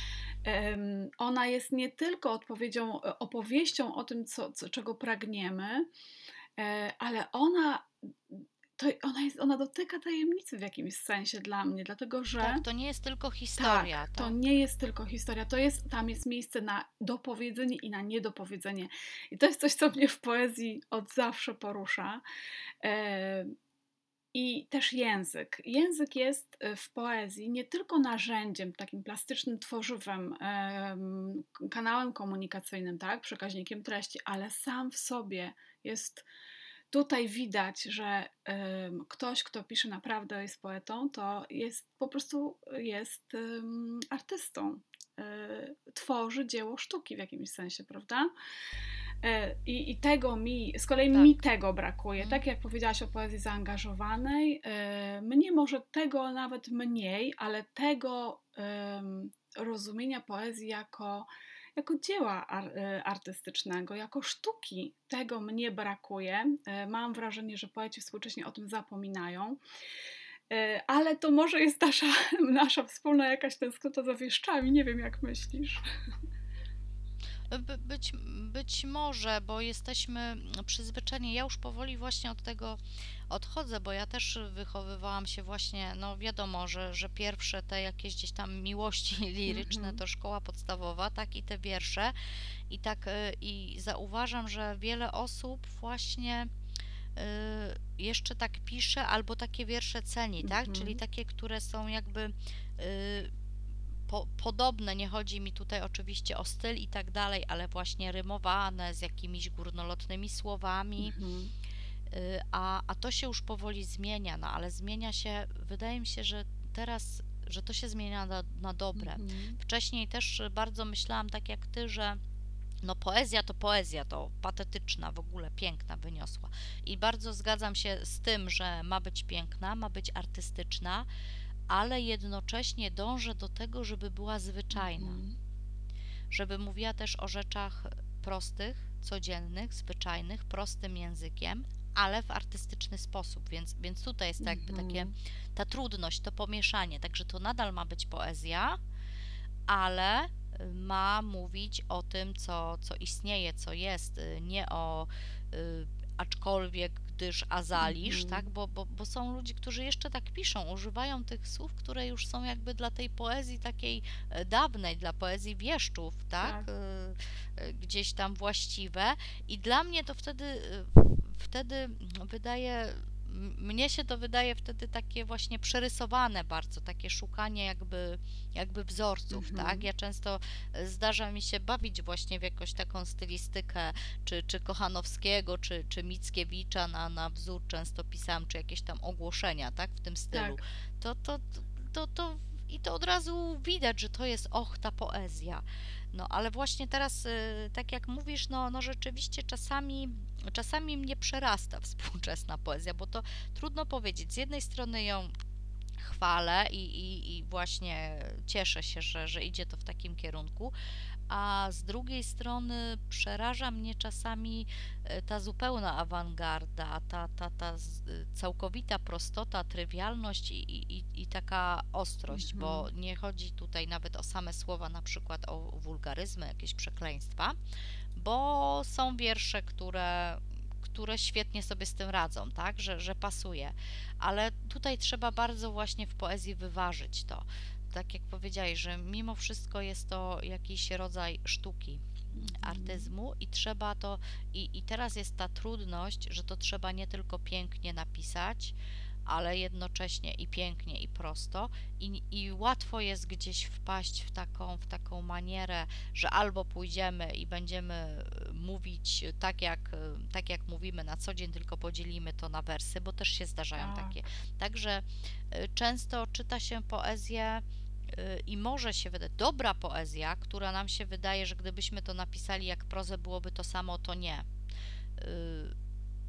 Ona jest nie tylko odpowiedzią, opowieścią o tym, co, co, czego pragniemy, e, ale ona, to ona, jest, ona dotyka tajemnicy w jakimś sensie dla mnie, dlatego że Tak, to nie jest tylko historia, tak, to tak? nie jest tylko historia, to jest, tam jest miejsce na dopowiedzenie i na niedopowiedzenie. I to jest coś, co mnie w poezji od zawsze porusza. E, I też język. Język jest w poezji nie tylko narzędziem, takim plastycznym tworzywem, em, kanałem komunikacyjnym, tak, przekaźnikiem treści, ale sam w sobie jest. Tutaj widać, że em, ktoś, kto pisze naprawdę, jest poetą, to jest po prostu jest em, artystą. E, tworzy dzieło sztuki w jakimś sensie, prawda? E, I, I tego mi, z kolei Tak. mi tego brakuje. Mhm. Tak jak powiedziałaś o poezji zaangażowanej, e, mnie może tego nawet mniej, ale tego em, rozumienia poezji jako, jako dzieła ar, e, artystycznego, jako sztuki. Tego mnie brakuje. E, mam wrażenie, że poeci współcześnie o tym zapominają. E, Ale to może jest nasza, nasza wspólna jakaś tęsknota za wieszczami. Nie wiem, jak myślisz. By, być, być może, bo jesteśmy przyzwyczajeni. Ja już powoli właśnie od tego odchodzę, bo ja też wychowywałam się właśnie, no wiadomo, że, że pierwsze te jakieś gdzieś tam miłości liryczne Mhm. to szkoła podstawowa, tak i te wiersze. I tak y, i zauważam, że wiele osób właśnie y, jeszcze tak pisze albo takie wiersze ceni, tak? Czyli Mhm. takie, które są jakby y, po, podobne, nie chodzi mi tutaj oczywiście o styl i tak dalej, ale właśnie rymowane z jakimiś górnolotnymi słowami, Mhm. y, a, a to się już powoli zmienia, no ale zmienia się, wydaje mi się, że teraz, że to się zmienia na, na dobre. Mhm. Wcześniej też bardzo myślałam tak jak ty, że no poezja to poezja, to patetyczna, w ogóle piękna, wyniosła. I bardzo zgadzam się z tym, że ma być piękna, ma być artystyczna, ale jednocześnie dążę do tego, żeby była zwyczajna, Mhm. żeby mówiła też o rzeczach prostych, codziennych, zwyczajnych, prostym językiem, ale w artystyczny sposób, więc, więc tutaj jest to jakby takie, Mhm. ta trudność, to pomieszanie, także to nadal ma być poezja, ale ma mówić o tym, co, co istnieje, co jest, y, nie o y, aczkolwiek, gdyż azalisz, Mhm. tak? Bo, bo, bo są ludzie, którzy jeszcze tak piszą, używają tych słów, które już są jakby dla tej poezji takiej e, dawnej, dla poezji wieszczów, tak? Tak. Y, y, Gdzieś tam właściwe i dla mnie to wtedy, y, wtedy wydaje, m- mnie się to wydaje wtedy takie właśnie przerysowane bardzo, takie szukanie jakby jakby wzorców, tak? Mhm. Ja często e, zdarza mi się bawić właśnie w jakąś taką stylistykę, czy, czy Kochanowskiego, czy, czy Mickiewicza na, na wzór często pisałam, czy jakieś tam ogłoszenia, tak? W tym stylu. Tak. To, to, to, to i to od razu widać, że to jest och, ta poezja. No ale właśnie teraz, y, tak jak mówisz, no, no rzeczywiście czasami, czasami mnie przerasta współczesna poezja, bo to trudno powiedzieć. Z jednej strony ją chwalę i, i, i właśnie cieszę się, że, że idzie to w takim kierunku, a z drugiej strony przeraża mnie czasami e, ta zupełna awangarda, ta, ta, ta z- e, całkowita prostota, trywialność i, i, i i taka ostrość, bo Mhm. nie chodzi tutaj nawet o same słowa, na przykład o wulgaryzmy, jakieś przekleństwa, bo są wiersze, które, które świetnie sobie z tym radzą, tak, że, że pasuje. Ale tutaj trzeba bardzo właśnie w poezji wyważyć to. Tak jak powiedziałeś, że mimo wszystko jest to jakiś rodzaj sztuki, Mhm. artyzmu i trzeba to, i, i teraz jest ta trudność, że to trzeba nie tylko pięknie napisać, ale jednocześnie i pięknie, i prosto. I, i łatwo jest gdzieś wpaść w taką, w taką manierę, że albo pójdziemy i będziemy mówić tak jak, tak jak mówimy na co dzień, tylko podzielimy to na wersy, bo też się zdarzają takie. Tak. Także y, często czyta się poezję y, i może się wydać dobra poezja, która nam się wydaje, że gdybyśmy to napisali jak prozę, byłoby to samo, to nie. Y,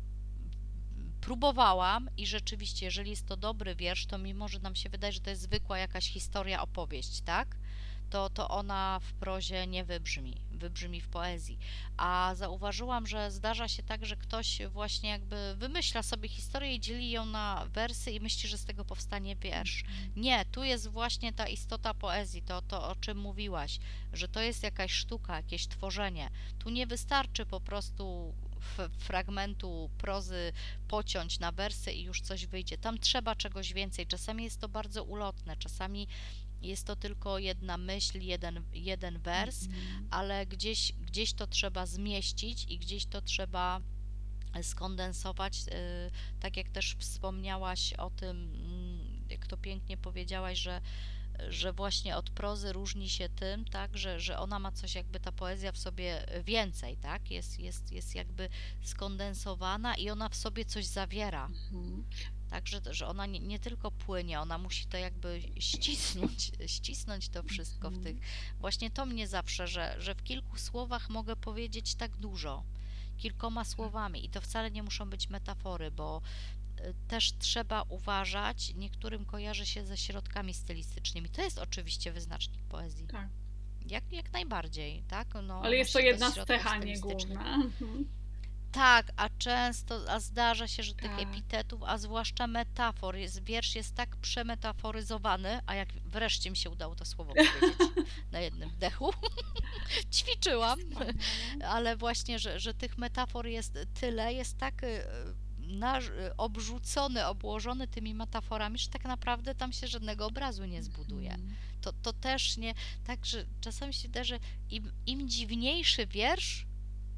Próbowałam i rzeczywiście, jeżeli jest to dobry wiersz, to mimo, że nam się wydaje, że to jest zwykła jakaś historia, opowieść, tak? To, to ona w prozie nie wybrzmi, wybrzmi w poezji. A zauważyłam, że zdarza się tak, że ktoś właśnie jakby wymyśla sobie historię i dzieli ją na wersy i myśli, że z tego powstanie wiersz. Mhm. Nie, tu jest właśnie ta istota poezji, to, to o czym mówiłaś, że to jest jakaś sztuka, jakieś tworzenie. Tu nie wystarczy po prostu f- fragmentu prozy pociąć na wersy i już coś wyjdzie. Tam trzeba czegoś więcej. Czasami jest to bardzo ulotne, czasami jest to tylko jedna myśl, jeden, jeden wers, Mhm. ale gdzieś, gdzieś to trzeba zmieścić i gdzieś to trzeba skondensować. y, Tak jak też wspomniałaś o tym, mm, jak to pięknie powiedziałaś, że że właśnie od prozy różni się tym, tak, że, że ona ma coś jakby ta poezja w sobie więcej, tak, jest, jest, jest jakby skondensowana i ona w sobie coś zawiera. Mhm. Także, że ona nie, nie tylko płynie, ona musi to jakby ścisnąć, ścisnąć to wszystko w tych. Mhm. Właśnie to mnie zawsze, że, że w kilku słowach mogę powiedzieć tak dużo, kilkoma Tak. słowami i to wcale nie muszą być metafory, bo y, też trzeba uważać, niektórym kojarzy się ze środkami stylistycznymi. To jest oczywiście wyznacznik poezji. Tak. Jak, jak najbardziej, tak? No, Ale no jest to się bez jedna z środków cech, a nie stylistycznych. główna. Mhm. Tak, a często, a zdarza się, że tych Tak. epitetów, a zwłaszcza metafor, jest, wiersz jest tak przemetaforyzowany, a jak wreszcie mi się udało to słowo powiedzieć na jednym wdechu, ćwiczyłam, Wspaniale. ale właśnie, że, że tych metafor jest tyle, jest tak y, naż, y, obrzucony, obłożony tymi metaforami, że tak naprawdę tam się żadnego obrazu nie zbuduje. Mhm. To, to też nie, tak, że czasami się wydaje, że im, im dziwniejszy wiersz,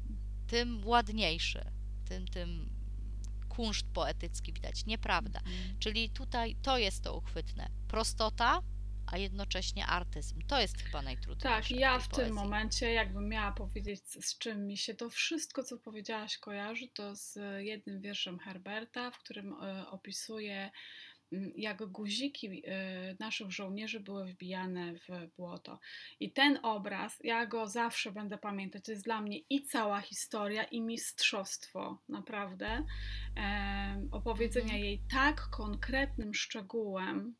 tym ładniejszy, tym, tym kunszt poetycki widać. Nieprawda. Mhm. Czyli tutaj to jest to uchwytne. Prostota, a jednocześnie artyzm. To jest chyba Tak, najtrudniejsze w ja tej w tym poezji. momencie, jakbym miała powiedzieć, z z czym mi się to wszystko, co powiedziałaś, kojarzy, to z jednym wierszem Herberta, w którym e, opisuje, mm, jak guziki e, naszych żołnierzy były wbijane w błoto. I ten obraz, ja go zawsze będę pamiętać. To jest dla mnie i cała historia, i mistrzostwo, naprawdę. Em, opowiedzenia Mhm. jej tak konkretnym szczegółem.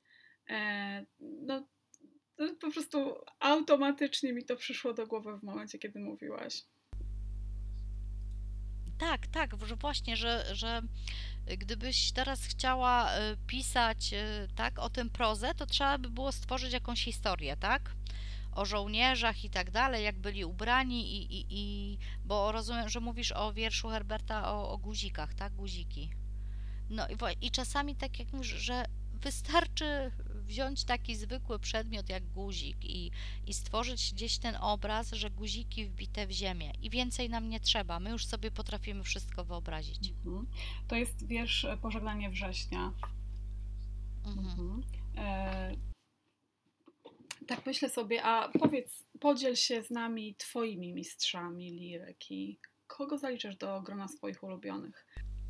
E, no, to po prostu automatycznie mi to przyszło do głowy w momencie, kiedy mówiłaś. Tak, tak, że właśnie, że, że gdybyś teraz chciała y, pisać y, tak o tym prozę, to trzeba by było stworzyć jakąś historię, tak? O żołnierzach i tak dalej, jak byli ubrani i, i, i bo rozumiem, że mówisz o wierszu Herberta o, o guzikach, tak? Guziki. No i, wła- i czasami tak jak mówisz, że wystarczy wziąć taki zwykły przedmiot jak guzik i, i stworzyć gdzieś ten obraz, że guziki wbite w ziemię i więcej nam nie trzeba. My już sobie potrafimy wszystko wyobrazić. Mhm. To jest wiersz e, Pożegnanie września. Mhm. Mhm. E, tak myślę sobie, a powiedz, podziel się z nami twoimi mistrzami liryki. Kogo zaliczasz do grona swoich ulubionych?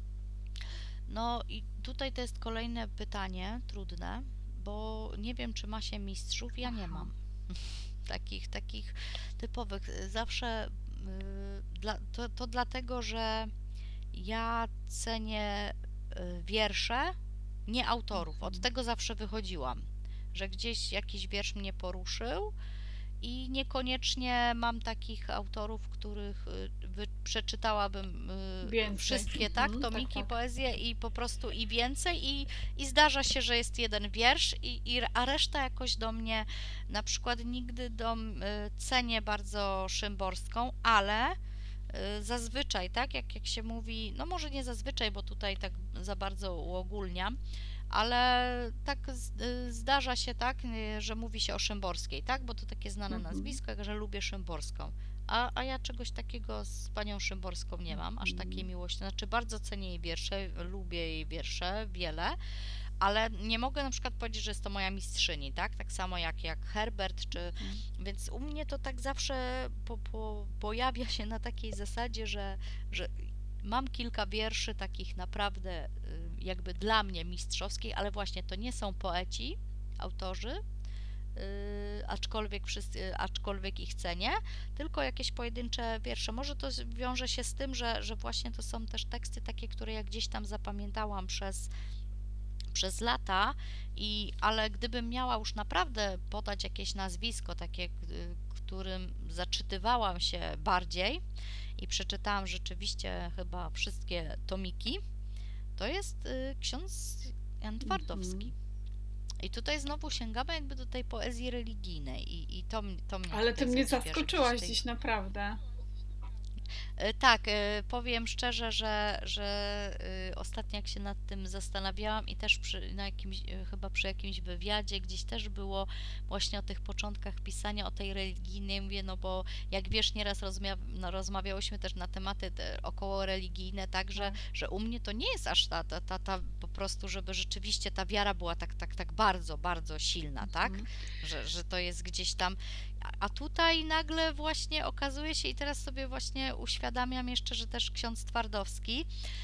No i tutaj to jest kolejne pytanie, trudne, bo nie wiem, czy ma się mistrzów, ja nie Aha. mam takich, takich typowych. Zawsze y, dla, to, to dlatego, że ja cenię y, wiersze, nie autorów. Od Mhm. tego zawsze wychodziłam, że gdzieś jakiś wiersz mnie poruszył i niekoniecznie mam takich autorów, których y, wy, przeczytałabym y, Więcej. wszystkie, tak, Mhm. Tak, tomiki, tak. poezję i po prostu i więcej i, i zdarza się, że jest jeden wiersz, i, i, a reszta jakoś do mnie, na przykład nigdy do, y, cenię bardzo Szymborską, ale y, zazwyczaj, tak, jak, jak się mówi, no może nie zazwyczaj, bo tutaj tak za bardzo uogólniam, ale tak z- y, zdarza się tak, y, że mówi się o Szymborskiej, tak? Bo to takie znane Mhm. nazwisko, jak że lubię Szymborską. A, a ja czegoś takiego z panią Szymborską nie mam, aż takiej Mhm. miłości. Znaczy bardzo cenię jej wiersze, lubię jej wiersze, wiele, ale nie mogę na przykład powiedzieć, że jest to moja mistrzyni, tak? Tak samo jak, jak Herbert, czy... Mhm. Więc u mnie to tak zawsze po, po, pojawia się na takiej zasadzie, że, że mam kilka wierszy takich naprawdę y, jakby dla mnie mistrzowskich, ale właśnie to nie są poeci, autorzy, y, aczkolwiek, wszyscy, aczkolwiek ich cenię, tylko jakieś pojedyncze wiersze. Może to wiąże się z tym, że, że właśnie to są też teksty takie, które ja gdzieś tam zapamiętałam przez, przez lata, i, ale gdybym miała już naprawdę podać jakieś nazwisko, takie, y, którym zaczytywałam się bardziej i przeczytałam rzeczywiście chyba wszystkie tomiki, to jest y, ksiądz Jan Mhm. Twardowski. I tutaj znowu sięgamy jakby do tej poezji religijnej i, i to, m- to mnie Ale ty tutaj mnie zadziwia, że gdzieś zaskoczyłaś tej... dziś naprawdę. E, Tak, e, powiem szczerze, że, że e, ostatnio jak się nad tym zastanawiałam i też przy, na jakimś, e, chyba przy jakimś wywiadzie gdzieś też było właśnie o tych początkach pisania, o tej religijnej, mówię, no bo jak wiesz, nieraz rozmia- no, rozmawiałyśmy też na tematy te około religijne, tak, że, Tak. że u mnie to nie jest aż ta, ta, ta, ta po prostu, żeby rzeczywiście ta wiara była tak, tak, tak bardzo, bardzo silna, tak, Mhm. że, że to jest gdzieś tam a a tutaj nagle właśnie okazuje się, i teraz sobie właśnie uświadamiam jeszcze, że też ksiądz Twardowski,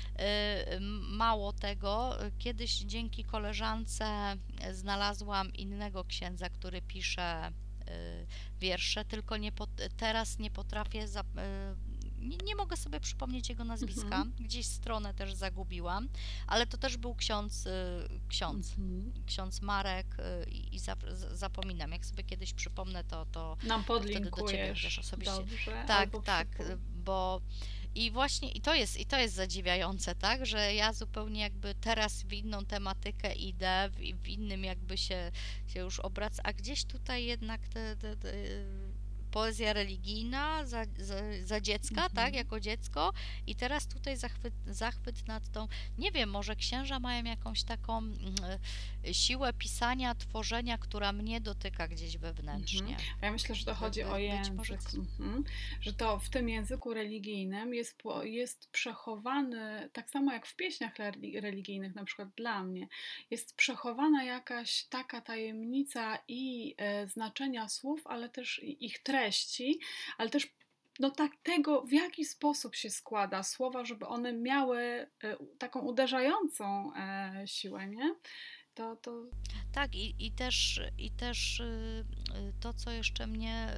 y, mało tego, y, kiedyś dzięki koleżance y, znalazłam innego księdza, który pisze y, wiersze, tylko nie pot, teraz nie potrafię, za, y, nie, nie mogę sobie przypomnieć jego nazwiska, Mhm. gdzieś stronę też zagubiłam, ale to też był ksiądz, y, ksiądz Mhm. ksiądz Marek y, i, i zap, z- zapominam. Jak sobie kiedyś przypomnę, to, to, Nam to wtedy do ciebie chociaż podlinkujesz. osobiście. Dobrze, Tak, albo tak, przypomnę. y, bo i właśnie i to jest, i to jest zadziwiające, tak, że ja zupełnie jakby teraz w inną tematykę idę, w, w innym jakby się, się już obraca, a gdzieś tutaj jednak te, te, te poezja religijna za, za, za dziecka, tak, Mhm. jako dziecko, i teraz tutaj zachwyt, zachwyt nad tą, nie wiem, może księża mają jakąś taką mm, siłę pisania, tworzenia, która mnie dotyka gdzieś Mhm. wewnętrznie. A ja myślę, że to By, chodzi o by, być może. język, mhm. Że to w tym języku religijnym jest, po- jest przechowany, tak samo jak w pieśniach reli- religijnych, na przykład dla mnie, jest przechowana jakaś taka tajemnica i e, znaczenia słów, ale też i ich treści, ale też no tak tego, w jaki sposób się składa słowa, żeby one miały e, taką uderzającą e, siłę, nie? To, to Tak, i, i też, i też y, y, to, co jeszcze mnie,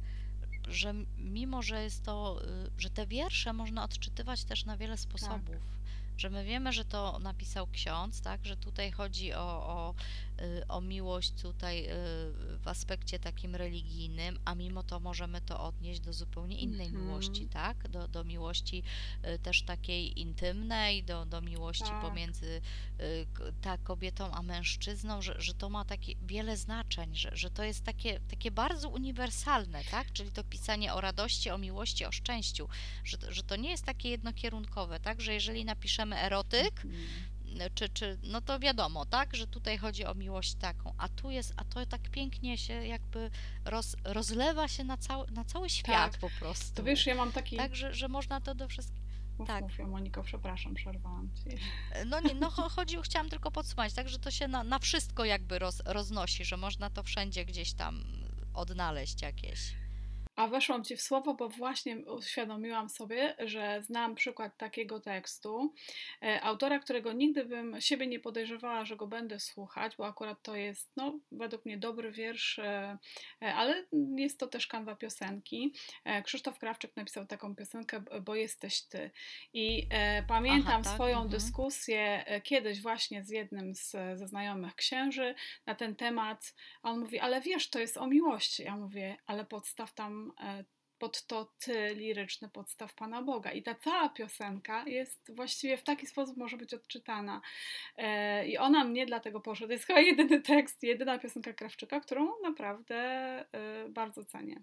y, że mimo, że jest to, y, że te wiersze można odczytywać też na wiele tak. sposobów, że my wiemy, że to napisał ksiądz, tak, że tutaj chodzi o, o o miłość tutaj w aspekcie takim religijnym, a mimo to możemy to odnieść do zupełnie innej Mhm. miłości, tak? Do, do miłości też takiej intymnej, do, do miłości Tak. pomiędzy tak, kobietą a mężczyzną, że, że to ma takie wiele znaczeń, że, że to jest takie, takie bardzo uniwersalne, tak? Czyli to pisanie o radości, o miłości, o szczęściu, że, że to nie jest takie jednokierunkowe, tak? Że jeżeli napiszemy erotyk, Mhm. czy, czy, no to wiadomo, tak, że tutaj chodzi o miłość taką, a tu jest, a to tak pięknie się jakby roz, rozlewa się na cały, na cały świat Tak. po To prostu, wiesz, ja mam taki... tak, że, że można to do wszystkich, Mów, tak, mów, Moniko, przepraszam, przerwałam Ci. no nie, no chodzi, chciałam tylko podsumować, tak, że to się na, na wszystko jakby roz, roznosi, że można to wszędzie gdzieś tam odnaleźć jakieś. A weszłam Ci w słowo, bo właśnie uświadomiłam sobie, że znam przykład takiego tekstu e, autora, którego nigdy bym siebie nie podejrzewała, że go będę słuchać, bo akurat to jest, no, według mnie dobry wiersz, e, e, ale jest to też kanwa piosenki. E, Krzysztof Krawczyk napisał taką piosenkę, Bo jesteś Ty. I e, pamiętam Aha, tak, swoją mhm. dyskusję e, kiedyś właśnie z jednym z, ze znajomych księży na ten temat, a on mówi, ale wiesz, to jest o miłości. Ja mówię, ale podstaw tam pod to ty liryczny podstaw Pana Boga. I ta cała piosenka jest właściwie w taki sposób może być odczytana. I ona mnie dlatego poszła. To jest chyba jedyny tekst, jedyna piosenka Krawczyka, którą naprawdę bardzo cenię.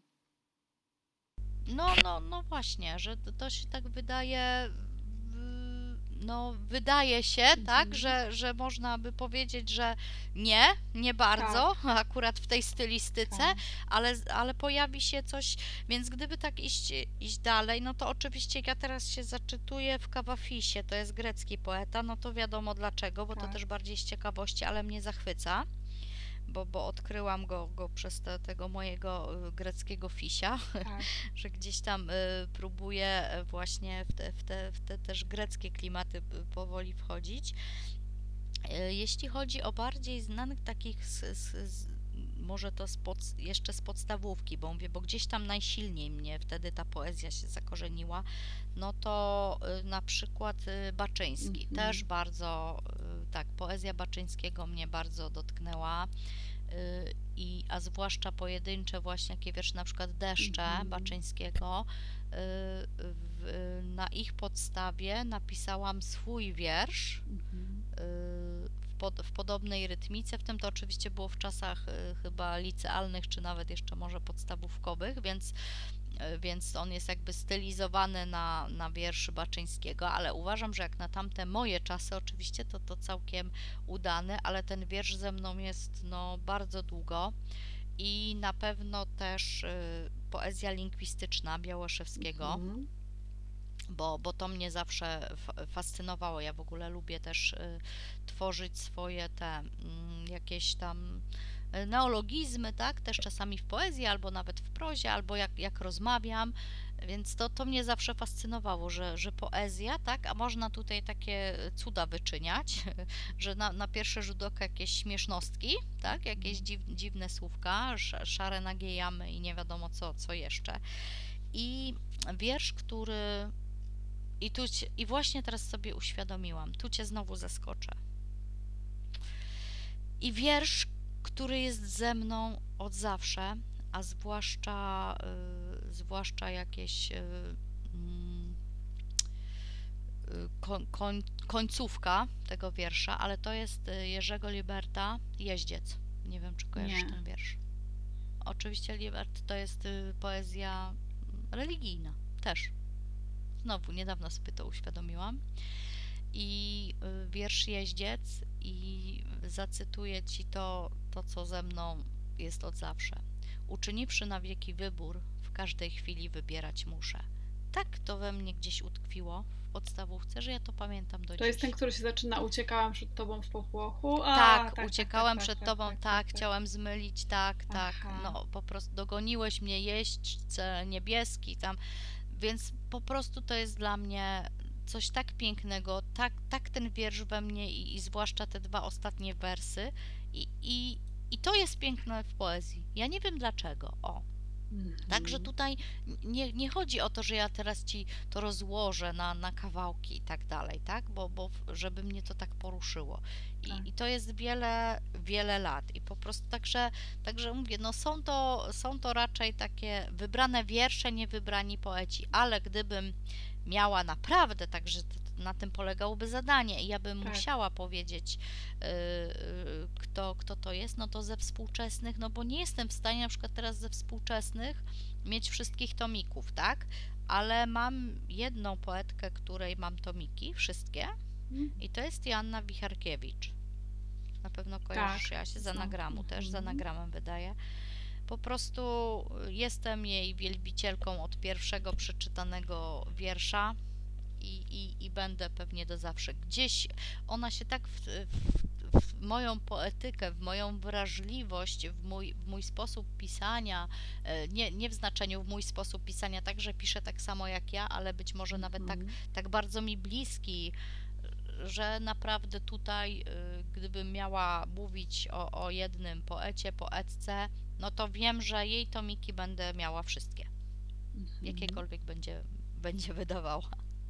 No, no, no właśnie, że to, to się tak wydaje, no wydaje się, Mhm. tak, że, że można by powiedzieć, że nie, nie bardzo, Tak. akurat w tej stylistyce, Tak. ale, ale pojawi się coś, więc gdyby tak iść, iść dalej, no to oczywiście ja teraz się zaczytuję w Kawafisie, to jest grecki poeta, no to wiadomo dlaczego, bo Tak. to też bardziej z ciekawości, ale mnie zachwyca. Bo, bo odkryłam go, go przez te, tego mojego y, greckiego fisia, Tak. że gdzieś tam y, próbuję właśnie w te, w, te, w te też greckie klimaty y, powoli wchodzić. Y, jeśli chodzi o bardziej znanych takich z, z, z, może to z pod, jeszcze z podstawówki, bo mówię, bo gdzieś tam najsilniej mnie wtedy ta poezja się zakorzeniła, no to y, na przykład y, Baczyński, Mhm. też bardzo, y, tak, poezja Baczyńskiego mnie bardzo dotknęła. I, a zwłaszcza pojedyncze właśnie jakie wiersze, na przykład Deszcze Mhm. Baczyńskiego, w, na ich podstawie napisałam swój wiersz Mhm. w, pod, w podobnej rytmice, w tym to oczywiście było w czasach chyba licealnych, czy nawet jeszcze może podstawówkowych, więc więc on jest jakby stylizowany na, na wiersz Baczyńskiego, ale uważam, że jak na tamte moje czasy oczywiście to to całkiem udany, ale ten wiersz ze mną jest no bardzo długo i na pewno też y, poezja lingwistyczna Białoszewskiego, Mhm. bo, bo to mnie zawsze f- fascynowało. Ja w ogóle lubię też y, tworzyć swoje te y, jakieś tam neologizmy, tak, też czasami w poezji, albo nawet w prozie, albo jak, jak rozmawiam, więc to, to mnie zawsze fascynowało, że, że poezja, tak, a można tutaj takie cuda wyczyniać, że na, na pierwszy rzut oka jakieś śmiesznostki, tak, jakieś dziw, dziwne słówka, szare nagie jamy i nie wiadomo co, co jeszcze. I wiersz, który i, tu, i właśnie teraz sobie uświadomiłam, tu Cię znowu zaskoczę. I wiersz, który jest ze mną od zawsze, a zwłaszcza, y, zwłaszcza jakieś y, y, koń, koń, końcówka tego wiersza, ale to jest Jerzego Liberta Jeździec. Nie wiem, czy kojarzysz Nie. ten wiersz. Oczywiście Libert to jest y, poezja religijna też. Znowu, niedawno sobie to uświadomiłam. I y, wiersz Jeździec i zacytuję Ci to, to, co ze mną jest od zawsze. Uczyniwszy na wieki wybór, w każdej chwili wybierać muszę. Tak to we mnie gdzieś utkwiło w podstawówce, że ja to pamiętam do To dziś. jest ten, który się zaczyna uciekałam przed Tobą w popłochu? A, tak, tak, uciekałem tak, tak, przed tak, Tobą, tak, tak, tak, tak. chciałem zmylić, tak, tak. Aha. No po prostu dogoniłeś mnie, jeźdźce niebieski tam, więc po prostu to jest dla mnie coś tak pięknego, tak, tak ten wiersz we mnie i, i zwłaszcza te dwa ostatnie wersy i, i, i to jest piękne w poezji. Ja nie wiem dlaczego, o. Także Mhm. tutaj nie, nie chodzi o to, że ja teraz ci to rozłożę na, na kawałki i tak dalej, tak? Bo, bo żeby mnie to tak poruszyło. I, Tak. I to jest wiele, wiele lat. I po prostu także, także mówię, no są to, są to raczej takie wybrane wiersze, niewybrani poeci, ale gdybym miała naprawdę, także na tym polegałoby zadanie i ja bym Tak. musiała powiedzieć, yy, yy, kto, kto to jest, no to ze współczesnych, no bo nie jestem w stanie na przykład teraz ze współczesnych mieć wszystkich tomików, tak? Ale mam jedną poetkę, której mam tomiki, wszystkie, Mhm. i to jest Joanna Wicharkiewicz. Na pewno kojarzysz, Tak. ja się z Znam. anagramu też, z Mhm. anagramem wydaję. Po prostu jestem jej wielbicielką od pierwszego przeczytanego wiersza i, i, i będę pewnie do zawsze. Gdzieś ona się tak w, w, w moją poetykę, w moją wrażliwość, w mój, w mój sposób pisania, e, nie, nie w znaczeniu w mój sposób pisania, także pisze tak samo jak ja, ale być może nawet tak, Mhm. tak bardzo mi bliski, że naprawdę tutaj, y, gdybym miała mówić o, o jednym poecie, poetce, no to wiem, że jej tomiki będę miała wszystkie, Mhm. jakiekolwiek będzie, będzie wydawała.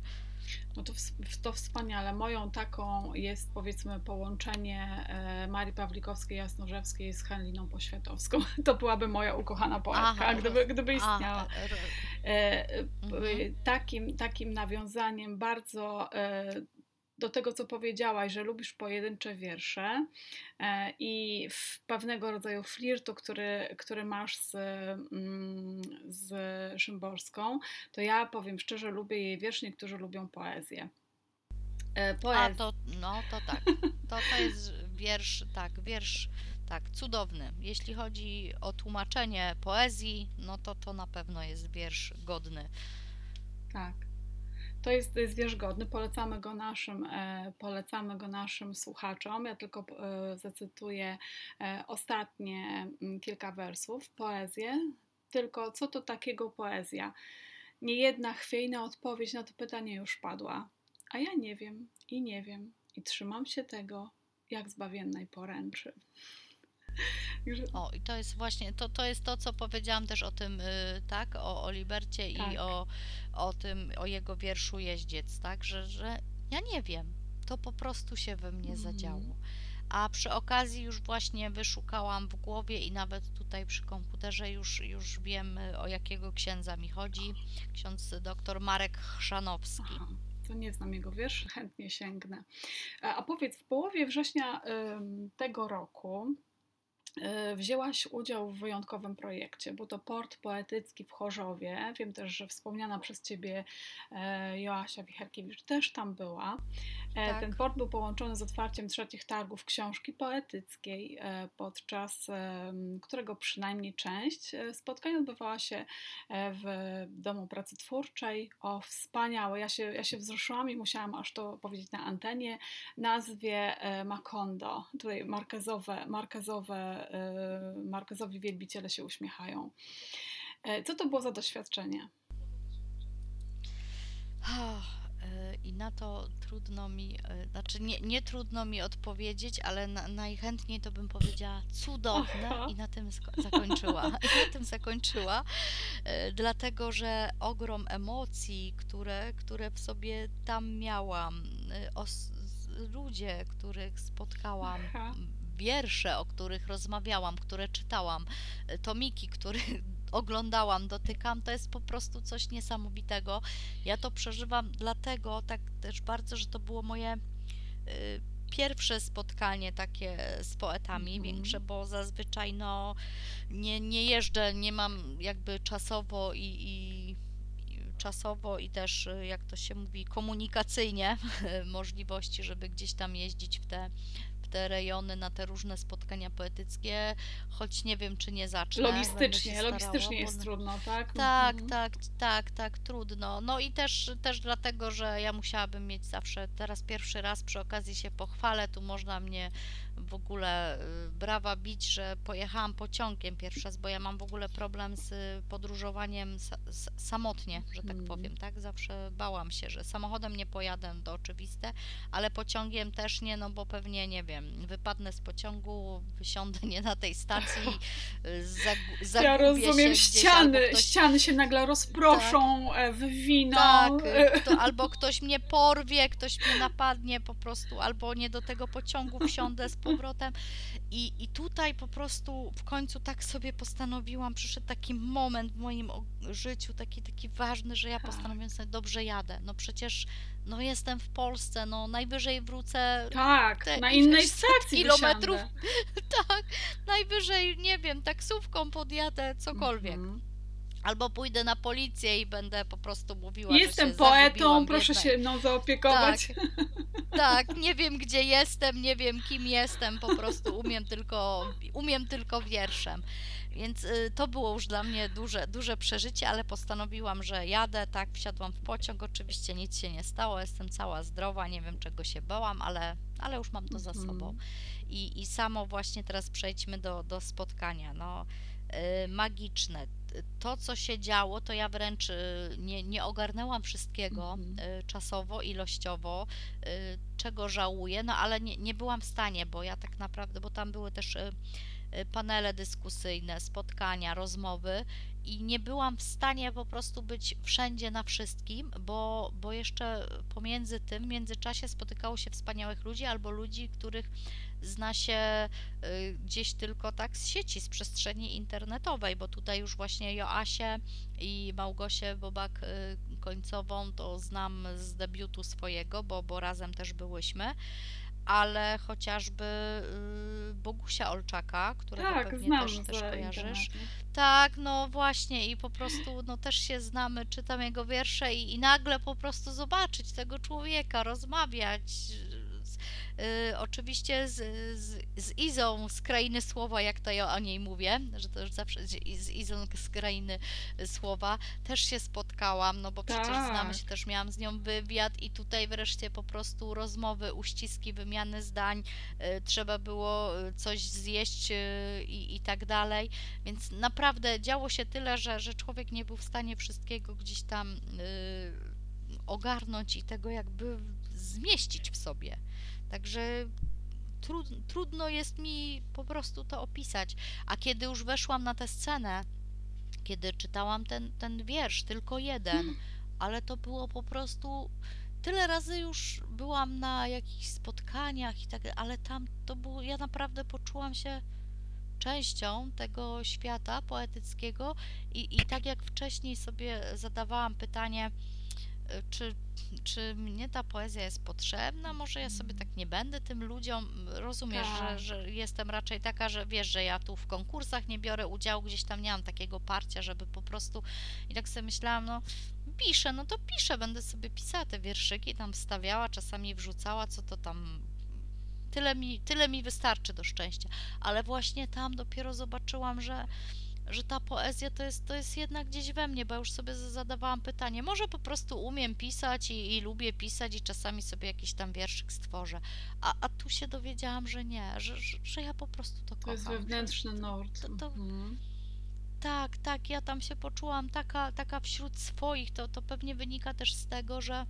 No to, ws- to wspaniale. Moją taką jest powiedzmy połączenie e, Marii Pawlikowskiej Jasnorzewskiej z Henliną Poświatowską. To byłaby moja ukochana Aha, poetka, gdyby, roz, gdyby a, istniała. ro, E, e, mhm. takim, takim nawiązaniem bardzo e, do tego, co powiedziałaś, że lubisz pojedyncze wiersze e, i w pewnego rodzaju flirtu, który, który masz z, mm, z Szymborską, to ja powiem szczerze, lubię jej wiersz, niektórzy lubią poezję. E, A Poez... to, no to tak. To, to jest wiersz, tak, wiersz, tak, cudowny. Jeśli chodzi o tłumaczenie poezji, no to to na pewno jest wiersz godny. Tak. To jest, to jest wiersz godny, polecamy go naszym, e, polecamy go naszym słuchaczom. Ja tylko e, zacytuję e, ostatnie mm, kilka wersów. Poezję. Tylko co to takiego poezja? Niejedna chwiejna odpowiedź na to pytanie już padła. A ja nie wiem i nie wiem i trzymam się tego jak zbawiennej poręczy. Także, O, i to jest właśnie, to, to jest to, co powiedziałam też o tym, y, tak, o, o Libercie i tak. o, o tym, o jego wierszu Jeździec, tak, że, że ja nie wiem, to po prostu się we mnie Mm, zadziało. A przy okazji już właśnie wyszukałam w głowie i nawet tutaj przy komputerze już, już wiem, y, o jakiego księdza mi chodzi. Ksiądz doktor Marek Chrzanowski. aha, to nie znam jego wierszy, chętnie sięgnę. A powiedz, w połowie września ym, tego roku y, wzięłaś udział w wyjątkowym projekcie. Był to port poetycki w Chorzowie. Wiem też, że wspomniana przez Ciebie e, Joasia Wicharkiewicz też tam była. E, Ten Tak. port był połączony z otwarciem trzecich targów książki poetyckiej, e, podczas em, którego przynajmniej część e, spotkań odbywała się e, w Domu Pracy Twórczej. O, wspaniałe! Ja się, ja się wzruszyłam i musiałam aż to powiedzieć na antenie. Nazwie e, Macondo. Tutaj markezowe, markezowe, e, markezowi wielbiciele się uśmiechają. E, Co to było za doświadczenie? Y, I na to trudno mi, y, znaczy nie, nie trudno mi odpowiedzieć, ale na, najchętniej to bym powiedziała cudowne Aha, i na tym sko- zakończyła. I na tym zakończyła, y, dlatego że ogrom emocji, które, które w sobie tam miałam, y, os- z- ludzie, których spotkałam, aha. m, wiersze, o których rozmawiałam, które czytałam, y, tomiki, których oglądałam, dotykam, to jest po prostu coś niesamowitego. Ja to przeżywam dlatego tak też bardzo, że to było moje y, pierwsze spotkanie takie z poetami większe, Mhm. bo zazwyczaj no nie, nie jeżdżę, nie mam jakby czasowo i, i i czasowo i też y, jak to się mówi komunikacyjnie możliwości, żeby gdzieś tam jeździć w te w te rejony, na te różne spotkania poetyckie, choć nie wiem, czy nie zacznę, będę się Logistycznie, starała, logistycznie bo jest trudno, tak? tak, Mhm. tak, tak, tak, trudno. No i też, też dlatego, że ja musiałabym mieć zawsze, teraz pierwszy raz przy okazji się pochwalę, tu można mnie w ogóle y, brawa bić, że pojechałam pociągiem pierwszy raz, bo ja mam w ogóle problem z podróżowaniem sa, s- samotnie, że tak Mhm. powiem, tak? Zawsze bałam się, że samochodem nie pojadę, to oczywiste, ale pociągiem też nie, no bo pewnie, nie wiem, wiem, wypadnę z pociągu, wysiądę nie na tej stacji, zag- zagubię Ja rozumiem, się gdzieś, ściany, albo ktoś... ściany się nagle Tak, rozproszą, e, wywiną. tak, y, kto, albo ktoś mnie porwie, ktoś mnie napadnie po prostu, albo nie do tego pociągu wsiądę z powrotem. I, I tutaj po prostu w końcu tak sobie postanowiłam, przyszedł taki moment w moim o- życiu, taki, taki ważny, że ja Tak, postanowiłam sobie, dobrze jadę, no przecież no jestem w Polsce, no najwyżej wrócę tak, te na innej ileś set stacji kilometrów, wysiądę. tak, najwyżej, nie wiem, taksówką podjadę, cokolwiek. Mhm. Albo pójdę na policję i będę po prostu mówiła, że Jestem się poetą, zagubiłam w proszę jednej. się mną Tak, zaopiekować. tak, nie wiem gdzie jestem, nie wiem kim jestem, po prostu umiem tylko, umiem tylko wierszem. Więc y, to było już dla mnie duże, duże przeżycie, ale postanowiłam, że jadę, tak, wsiadłam w pociąg, oczywiście nic się nie stało, jestem cała zdrowa, nie wiem czego się bałam, ale, ale już mam to za sobą. Mhm. I, i samo właśnie teraz przejdźmy do, do spotkania, no y, magiczne. To, co się działo, to ja wręcz y, nie, nie ogarnęłam wszystkiego Mhm. y, czasowo, ilościowo, y, czego żałuję, no ale nie, nie byłam w stanie, bo ja tak naprawdę, bo tam były też y, y, panele dyskusyjne, spotkania, rozmowy i nie byłam w stanie po prostu być wszędzie na wszystkim, bo, bo jeszcze pomiędzy tym, w międzyczasie spotykało się wspaniałych ludzi albo ludzi, których zna się y, gdzieś tylko tak z sieci, z przestrzeni internetowej, bo tutaj już właśnie Joasię i Małgosię Bobak-Końcową to znam z debiutu swojego, bo, bo razem też byłyśmy, ale chociażby y, Bogusia Olczaka, którego Tak, pewnie znam też, też z kojarzysz. internetu. Tak, no właśnie i po prostu no też się znamy, czytam jego wiersze i, i nagle po prostu zobaczyć tego człowieka, rozmawiać. Z, y, oczywiście z, z, z Izą z Krainy Słowa, jak to ja o niej mówię, że to już zawsze z, z Izą z Krainy Słowa też się spotkałam, no bo przecież znamy Tak, się, też miałam z nią wywiad i tutaj wreszcie po prostu rozmowy, uściski, wymiany zdań, y, trzeba było y, coś zjeść y, i, i tak dalej, więc naprawdę działo się tyle, że, że człowiek nie był w stanie wszystkiego gdzieś tam y, ogarnąć i tego jakby zmieścić w sobie. Także trud, trudno jest mi po prostu to opisać. A kiedy już weszłam na tę scenę, kiedy czytałam ten, ten wiersz, tylko jeden, ale to było po prostu. Tyle razy już byłam na jakichś spotkaniach i tak, ale tam to było, ja naprawdę poczułam się częścią tego świata poetyckiego i, i tak jak wcześniej sobie zadawałam pytanie, y, czy, czy mnie ta poezja jest potrzebna, może ja sobie tak nie będę tym ludziom, rozumiesz, że, tak. że jestem raczej taka, że wiesz, że ja tu w konkursach nie biorę udziału, gdzieś tam nie mam takiego parcia, żeby po prostu i tak sobie myślałam, no piszę, no to piszę, będę sobie pisała te wierszyki, tam wstawiała, czasami wrzucała, co to tam tyle mi, tyle mi wystarczy do szczęścia, ale właśnie tam dopiero zobaczyłam, że, że ta poezja to jest, to jest jednak gdzieś we mnie, bo ja już sobie zadawałam pytanie, może po prostu umiem pisać i, i lubię pisać i czasami sobie jakiś tam wierszyk stworzę, a, a tu się dowiedziałam, że nie, że, że, że ja po prostu to To jest kocham, że wewnętrzny nurt. to, to, Mhm. tak, tak, ja tam się poczułam taka, taka wśród swoich, to, to pewnie wynika też z tego, że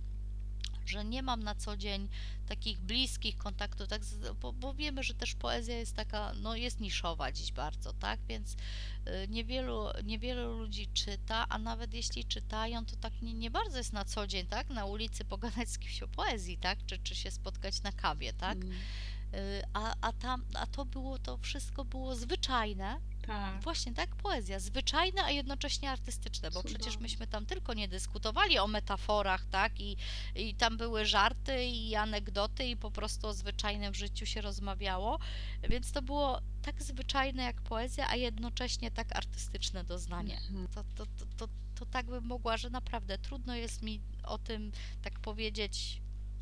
że nie mam na co dzień takich bliskich kontaktów, tak, bo, bo wiemy, że też poezja jest taka, no jest niszowa dziś bardzo, tak, więc y, niewielu, niewielu ludzi czyta, a nawet jeśli czytają, to tak nie, nie bardzo jest na co dzień, tak, na ulicy pogadać z kimś o poezji, tak, czy, czy się spotkać na kawie, tak, Mm. y, a, a tam, a to było, to wszystko było zwyczajne. Tak, Właśnie tak, poezja. Zwyczajne, a jednocześnie artystyczne, bo przecież cudownie. myśmy tam tylko nie dyskutowali o metaforach, tak? I, i tam były żarty i anegdoty i po prostu o zwyczajnym życiu się rozmawiało, więc to było tak zwyczajne jak poezja, a jednocześnie tak artystyczne doznanie. Mhm. To, to, to, to, to tak bym mogła, że naprawdę trudno jest mi o tym tak powiedzieć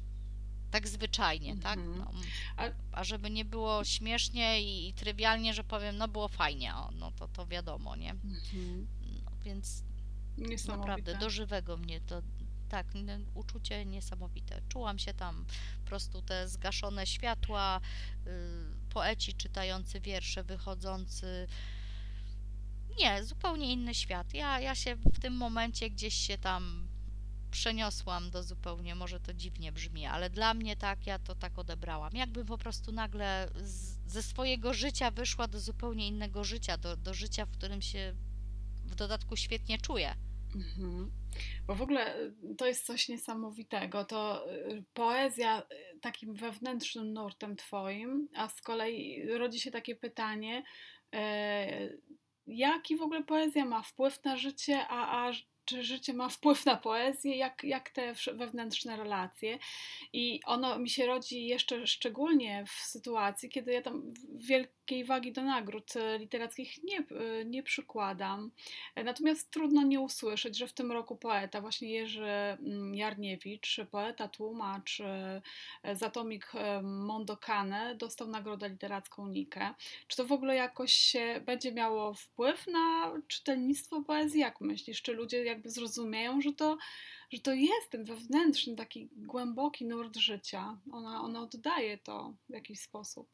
tak zwyczajnie, tak? Mhm. No, A a żeby nie było śmiesznie i, i trywialnie, że powiem, no było fajnie, o, no to, to wiadomo, nie? mhm. No, więc naprawdę Niesamowite. do żywego mnie to, tak, n- uczucie niesamowite. Czułam się tam, po prostu te zgaszone światła, y, poeci czytający wiersze, wychodzący, nie, zupełnie inny świat. Ja, ja się w tym momencie gdzieś się tam przeniosłam do zupełnie, może to dziwnie brzmi, ale dla mnie tak, ja to tak odebrałam. Jakbym po prostu nagle z, ze swojego życia wyszła do zupełnie innego życia, do, do życia, w którym się w dodatku świetnie czuję. Mhm. Bo w ogóle y, to jest coś niesamowitego. To y, poezja y, takim wewnętrznym nurtem twoim, a z kolei rodzi się takie pytanie, e, jaki w ogóle poezja ma wpływ na życie, a, a czy życie ma wpływ na poezję, jak, jak te wsz- wewnętrzne relacje. I ono mi się rodzi jeszcze szczególnie w sytuacji, kiedy ja tam wielkiej wagi do nagród e, literackich nie, e, nie przykładam. E, Natomiast trudno nie usłyszeć, że w tym roku poeta, właśnie Jerzy mm, Jarniewicz, poeta, tłumacz, e, za tomik e, Mondokane dostał Nagrodę Literacką Nikę. Czy to w ogóle jakoś się będzie miało wpływ na czytelnictwo poezji? Jak myślisz? Czy ludzie jakby zrozumieją, że to że to jest ten wewnętrzny, taki głęboki nurt życia. Ona, ona oddaje to w jakiś sposób.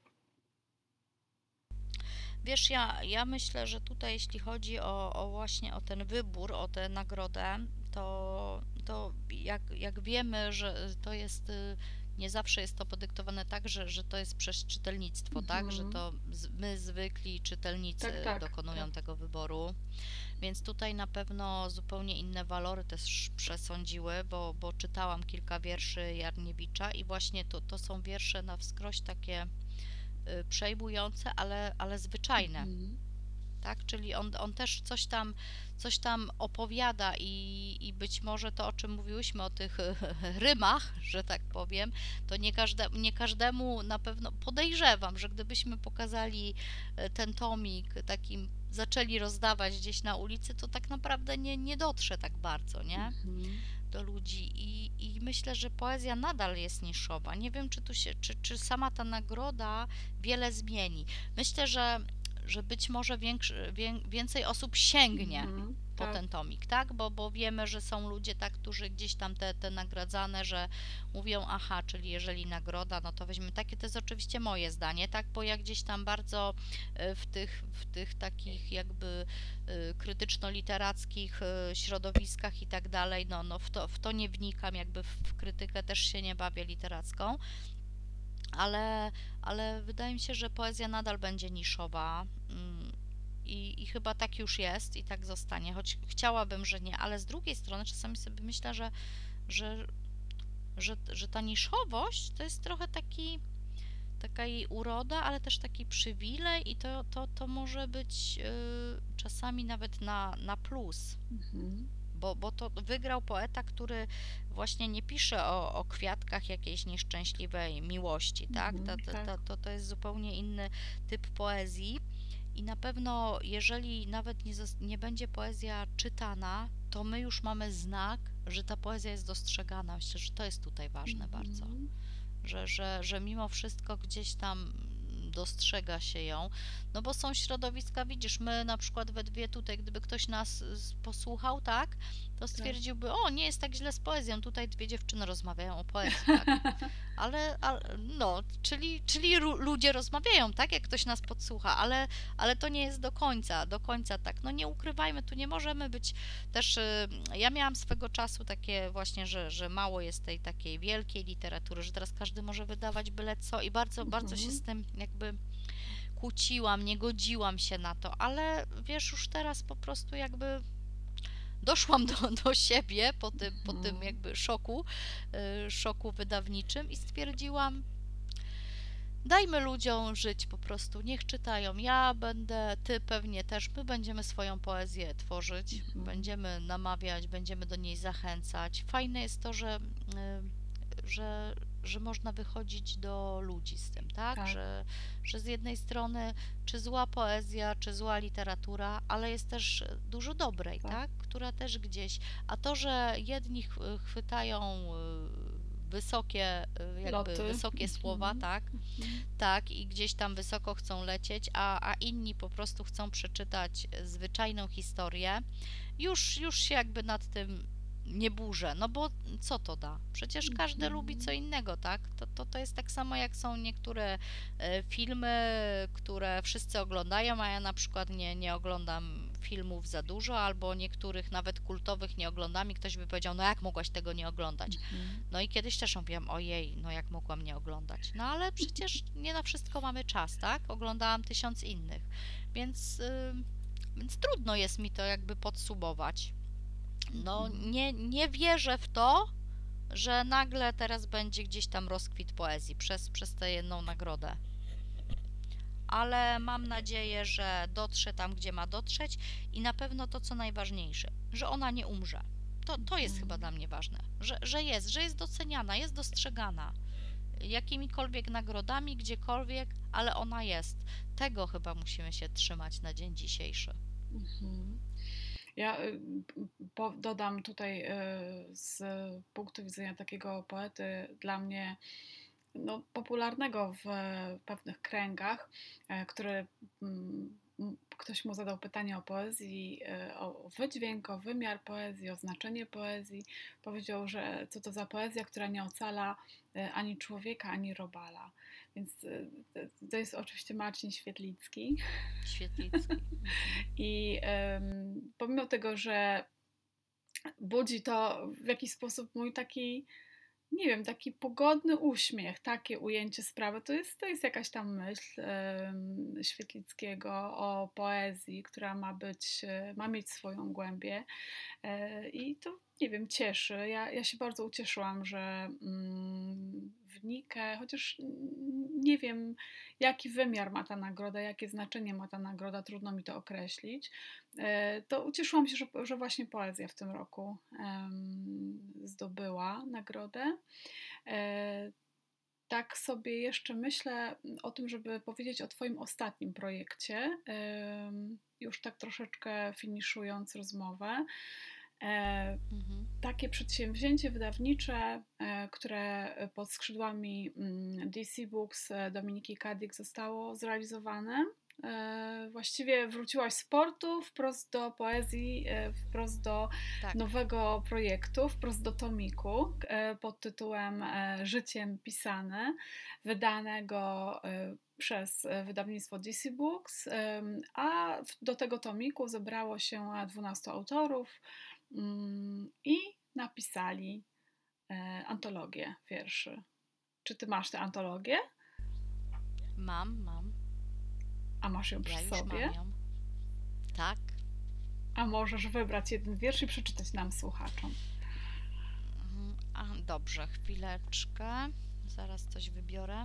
Wiesz, ja, ja myślę, że tutaj jeśli chodzi o, o właśnie o ten wybór, o tę nagrodę, to, to jak, jak wiemy, że to jest, y, nie zawsze jest to podyktowane tak, że, że to jest przez czytelnictwo, tak? Że Mhm. to z- my zwykli czytelnicy Tak, tak, tak. dokonują tego wyboru. Więc tutaj na pewno zupełnie inne walory też przesądziły, bo, bo czytałam kilka wierszy Jarniewicza i właśnie to, to są wiersze na wskroś takie y, przejmujące, ale, ale zwyczajne. Mhm. Tak? Czyli on, on też coś tam, coś tam opowiada i, i być może to, o czym mówiłyśmy, o tych rymach, że tak powiem, to nie, każde, nie każdemu na pewno podejrzewam, że gdybyśmy pokazali e, ten tomik takim, zaczęli rozdawać gdzieś na ulicy, to tak naprawdę nie, nie dotrze tak bardzo, nie? Mhm. Do ludzi i, i myślę, że poezja nadal jest niszowa. Nie wiem, czy tu się, czy, czy sama ta nagroda wiele zmieni. Myślę, że, że być może większy, wię, więcej osób sięgnie Mhm. po Tak. ten tomik, tak? Bo, bo wiemy, że są ludzie, tak, którzy gdzieś tam te, te nagradzane, że mówią, aha, czyli jeżeli nagroda, no to weźmy takie, to jest oczywiście moje zdanie, tak? Bo ja gdzieś tam bardzo e, w tych, w tych takich jakby e, krytyczno-literackich e, środowiskach i tak dalej, no, no w to, w to nie wnikam, jakby w, w krytykę też się nie bawię literacką, ale, ale wydaje mi się, że poezja nadal będzie niszowa. mm, I, I chyba tak już jest i tak zostanie, choć chciałabym, że nie, ale z drugiej strony czasami sobie myślę, że, że, że, że ta niszowość to jest trochę taki, taka jej uroda, ale też taki przywilej i to, to, to może być y, czasami nawet na, na plus. Mhm. Bo, bo to wygrał poeta, który właśnie nie pisze o, o kwiatkach jakiejś nieszczęśliwej miłości, tak? To, Mhm. to, Tak. to, to to jest zupełnie inny typ poezji i na pewno jeżeli nawet nie, zos- nie będzie poezja czytana, to my już mamy znak, że ta poezja jest dostrzegana. Myślę, że to jest tutaj ważne bardzo, Mhm. że, że, że mimo wszystko gdzieś tam dostrzega się ją, no bo są środowiska, widzisz, my na przykład we dwie tutaj, gdyby ktoś nas z- posłuchał, tak, to Tak. stwierdziłby, o, nie jest tak źle z poezją, tutaj dwie dziewczyny rozmawiają o poezji, tak, ale, ale no, czyli, czyli ru- ludzie rozmawiają, tak, jak ktoś nas podsłucha, ale, ale to nie jest do końca, do końca tak, no nie ukrywajmy, tu nie możemy być też, y, ja miałam swego czasu takie właśnie, że, że mało jest tej takiej wielkiej literatury, że teraz każdy może wydawać byle co i bardzo, bardzo się Mhm. z tym jakby kłóciłam, nie godziłam się na to, ale wiesz, już teraz po prostu jakby doszłam do, do siebie po tym, po tym Mhm. jakby szoku, y, szoku wydawniczym i stwierdziłam, dajmy ludziom żyć po prostu, niech czytają. Ja będę, ty pewnie też, my będziemy swoją poezję tworzyć, Mhm. będziemy namawiać, będziemy do niej zachęcać. Fajne jest to, że, y, że, że można wychodzić do ludzi z tym, tak? Tak. Że, że z jednej strony, czy zła poezja, czy zła literatura, ale jest też dużo dobrej, Tak. tak? Która też gdzieś, a to, że jedni ch- chwytają y, wysokie, y, jakby Loty. wysokie słowa, Mhm. tak, Mhm. tak, i gdzieś tam wysoko chcą lecieć, a, a inni po prostu chcą przeczytać zwyczajną historię, już, już się jakby nad tym nie burzę, no bo co to da? Przecież każdy lubi co Mhm. innego, tak? To, to, to jest tak samo jak są niektóre e, filmy, które wszyscy oglądają, a ja na przykład nie, nie oglądam filmów za dużo, albo niektórych nawet kultowych nie oglądam i ktoś by powiedział, no jak mogłaś tego nie oglądać? Mhm. No i kiedyś też mówiłam, ojej, no jak mogłam nie oglądać? No ale przecież nie na wszystko mamy czas, tak? Oglądałam tysiąc innych, więc, yy, więc trudno jest mi to jakby podsumować. No Mhm. nie, nie wierzę w to, że nagle teraz będzie gdzieś tam rozkwit poezji przez, przez tę jedną nagrodę. Ale mam nadzieję, że dotrze tam, gdzie ma dotrzeć i na pewno to, co najważniejsze, że ona nie umrze. To, to jest chyba dla Mhm. mnie ważne, że, że jest, że jest doceniana, jest dostrzegana jakimikolwiek nagrodami, gdziekolwiek, ale ona jest. Tego chyba musimy się trzymać na dzień dzisiejszy. Mhm. Ja y, po, dodam tutaj y, z punktu widzenia takiego poety dla mnie no, popularnego w pewnych kręgach, e, który mm, m, ktoś mu zadał pytanie o poezji, e, o wydźwięk, o wymiar poezji, o znaczenie poezji. Powiedział, że co to za poezja, która nie ocala e, ani człowieka, ani robala. Więc e, to jest oczywiście Marcin Świetlicki. Świetlicki. Mhm. I em, pomimo tego, że budzi to w jakiś sposób mój taki, nie wiem, taki pogodny uśmiech, takie ujęcie sprawy, to jest, to jest jakaś tam myśl em, Świetlickiego o poezji, która ma być, e, ma mieć swoją głębię. E, I to, nie wiem, cieszy. Ja, ja się bardzo ucieszyłam, że mm, w Nikę, chociaż nie wiem, jaki wymiar ma ta nagroda, jakie znaczenie ma ta nagroda, trudno mi to określić, e, to ucieszyłam się, że, że właśnie poezja w tym roku em, zdobyła nagrodę. E, tak sobie jeszcze myślę o tym, żeby powiedzieć o Twoim ostatnim projekcie, em, już tak troszeczkę finiszując rozmowę. E, Mhm. Takie przedsięwzięcie wydawnicze, e, które pod skrzydłami mm, D C Books e, Dominiki Kadik zostało zrealizowane. E, Właściwie wróciłaś z sportu wprost do poezji, e, wprost do Tak. nowego projektu, wprost do tomiku e, pod tytułem e, Życiem pisane, wydanego e, przez e, wydawnictwo D C Books, e, a w- do tego tomiku zebrało się dwunastu autorów mm, i napisali e, antologię wierszy. Czy ty masz tę antologię? Mam, mam. A masz ją przy Ja już mam sobie? ją. Tak. A możesz wybrać jeden wiersz i przeczytać nam, słuchaczom. Mhm. A, dobrze, chwileczkę. Zaraz coś wybiorę.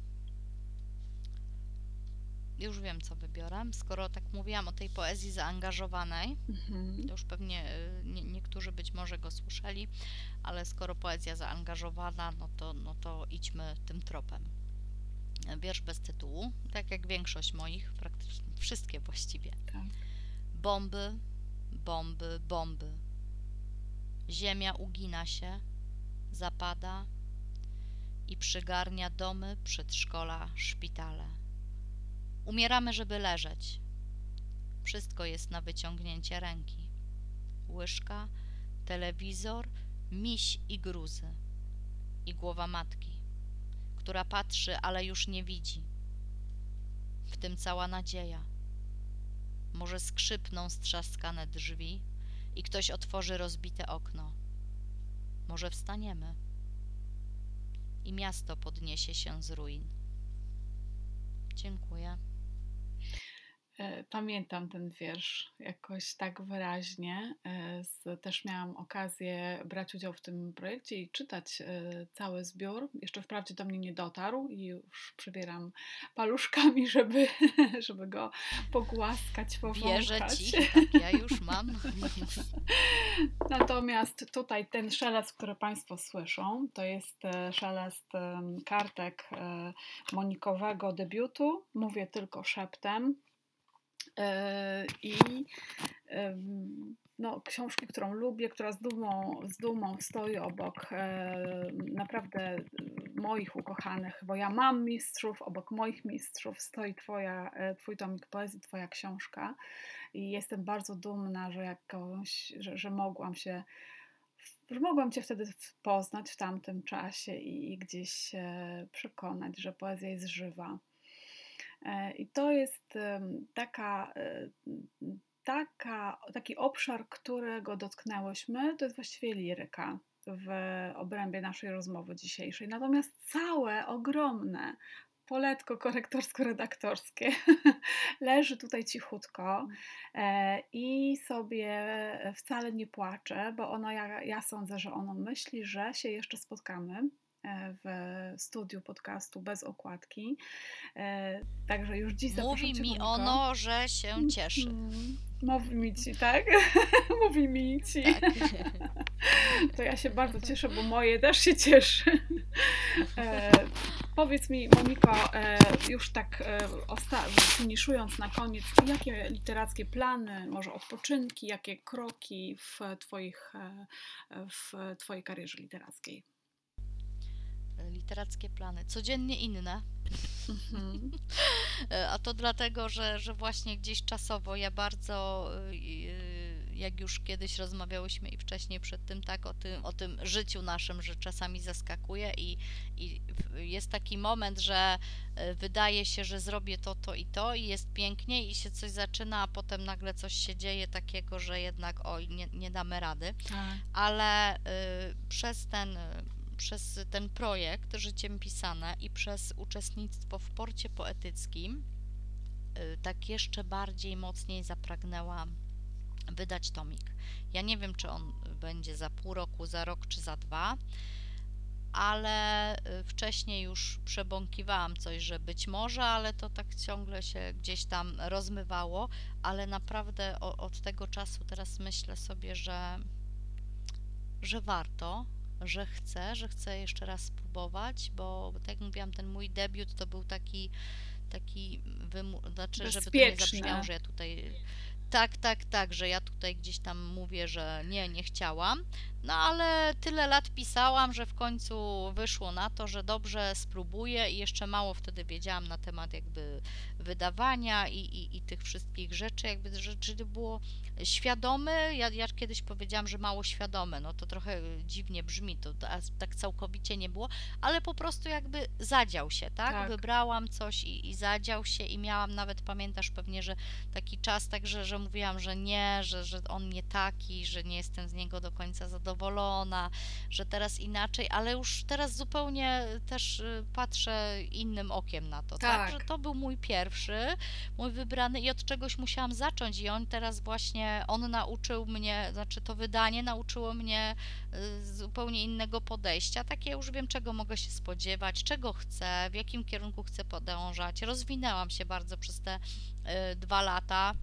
Już wiem, co wybiorę. Skoro tak mówiłam o tej poezji zaangażowanej, Mhm. to już pewnie y, nie, niektórzy być może go słyszeli, ale skoro poezja zaangażowana, no to, no to idźmy tym tropem. Wiersz bez tytułu, tak jak większość moich, praktycznie wszystkie właściwie. Tak. Bomby, bomby, bomby. Ziemia ugina się, zapada i przygarnia domy, przedszkola, szpitale. Umieramy, żeby leżeć. Wszystko jest na wyciągnięcie ręki. Łyżka, telewizor, miś i gruzy. I głowa matki, która patrzy, ale już nie widzi. W tym cała nadzieja. Może skrzypną strzaskane drzwi i ktoś otworzy rozbite okno. Może wstaniemy i miasto podniesie się z ruin. Dziękuję. E, Pamiętam ten wiersz jakoś tak wyraźnie. E, z- Też miałam okazję brać udział w tym projekcie i czytać e, cały zbiór. Jeszcze wprawdzie do mnie nie dotarł i już przybieram paluszkami, żeby, żeby go pogłaskać, Wierzę powąchać. ci, tak ja już mam. Natomiast tutaj ten szelest, który Państwo słyszą, to jest e, szelest em, kartek e, monikowego debiutu. Mówię tylko szeptem. E, I em, no, książki, którą lubię, która z dumą, z dumą stoi obok e, naprawdę moich ukochanych, bo ja mam mistrzów, obok moich mistrzów stoi twoja, e, twój tomik poezji, twoja książka i jestem bardzo dumna, że jakąś, że, że mogłam się że mogłam Cię wtedy poznać w tamtym czasie i, i gdzieś się przekonać, że poezja jest żywa. E, I to jest em, taka, e, taka, taki obszar, którego dotknęłyśmy, to jest właściwie liryka w obrębie naszej rozmowy dzisiejszej. Natomiast całe, ogromne poletko korektorsko-redaktorskie leży tutaj cichutko e, i sobie wcale nie płacze, bo ono, ja, ja sądzę, że ono myśli, że się jeszcze spotkamy e, w studiu podcastu bez okładki. E, Także już dziś zapraszam Mówi Cię, mi Moniko. ono, że się cieszy. Mhm. Mówi mi Ci, tak? Mówi mi Ci. Tak. To ja się bardzo cieszę, bo moje też się cieszy. E, powiedz mi, Moniko, e, już tak e, osta- finiszując na koniec, jakie literackie plany, może odpoczynki, jakie kroki w, twoich, e, w Twojej karierze literackiej? Literackie plany. Codziennie inne. Mhm. A to dlatego, że, że właśnie gdzieś czasowo ja bardzo, y, jak już kiedyś rozmawiałyśmy i wcześniej przed tym, tak, o tym, o tym życiu naszym, że czasami zaskakuje i, i jest taki moment, że y, wydaje się, że zrobię to, to i to i jest pięknie i się coś zaczyna, a potem nagle coś się dzieje takiego, że jednak oj, nie, nie damy rady. Tak. Ale y, przez ten przez ten projekt Życiem Pisane i przez uczestnictwo w Porcie Poetyckim y, tak jeszcze bardziej, mocniej zapragnęłam wydać tomik. Ja nie wiem, czy on będzie za pół roku, za rok, czy za dwa, ale y, wcześniej już przebąkiwałam coś, że być może, ale to tak ciągle się gdzieś tam rozmywało, ale naprawdę o, od tego czasu teraz myślę sobie, że, że warto, że chcę, że chcę jeszcze raz spróbować, bo tak jak mówiłam, ten mój debiut to był taki, taki wymu- znaczy, żeby to nie zabrzmiało, że ja tutaj tak, tak, tak, że ja tutaj gdzieś tam mówię, że nie, nie chciałam, no ale tyle lat pisałam, że w końcu wyszło na to, że dobrze spróbuję i jeszcze mało wtedy wiedziałam na temat jakby wydawania i, i, i tych wszystkich rzeczy, jakby, że czyli było świadome, ja, ja kiedyś powiedziałam, że mało świadome, no to trochę dziwnie brzmi, to, to tak całkowicie nie było, ale po prostu jakby zadział się, tak? Tak. Wybrałam coś i, i zadział się i miałam nawet, pamiętasz pewnie, że taki czas, także, że mówiłam, że nie, że, że on nie taki, że nie jestem z niego do końca zadowolona, że teraz inaczej, ale już teraz zupełnie też patrzę innym okiem na to, tak? Tak. Że to był mój pierwszy, mój wybrany i od czegoś musiałam zacząć i on teraz właśnie, on nauczył mnie, znaczy to wydanie nauczyło mnie zupełnie innego podejścia, takie już wiem, czego mogę się spodziewać, czego chcę, w jakim kierunku chcę podążać. Rozwinęłam się bardzo przez te y, dwa lata,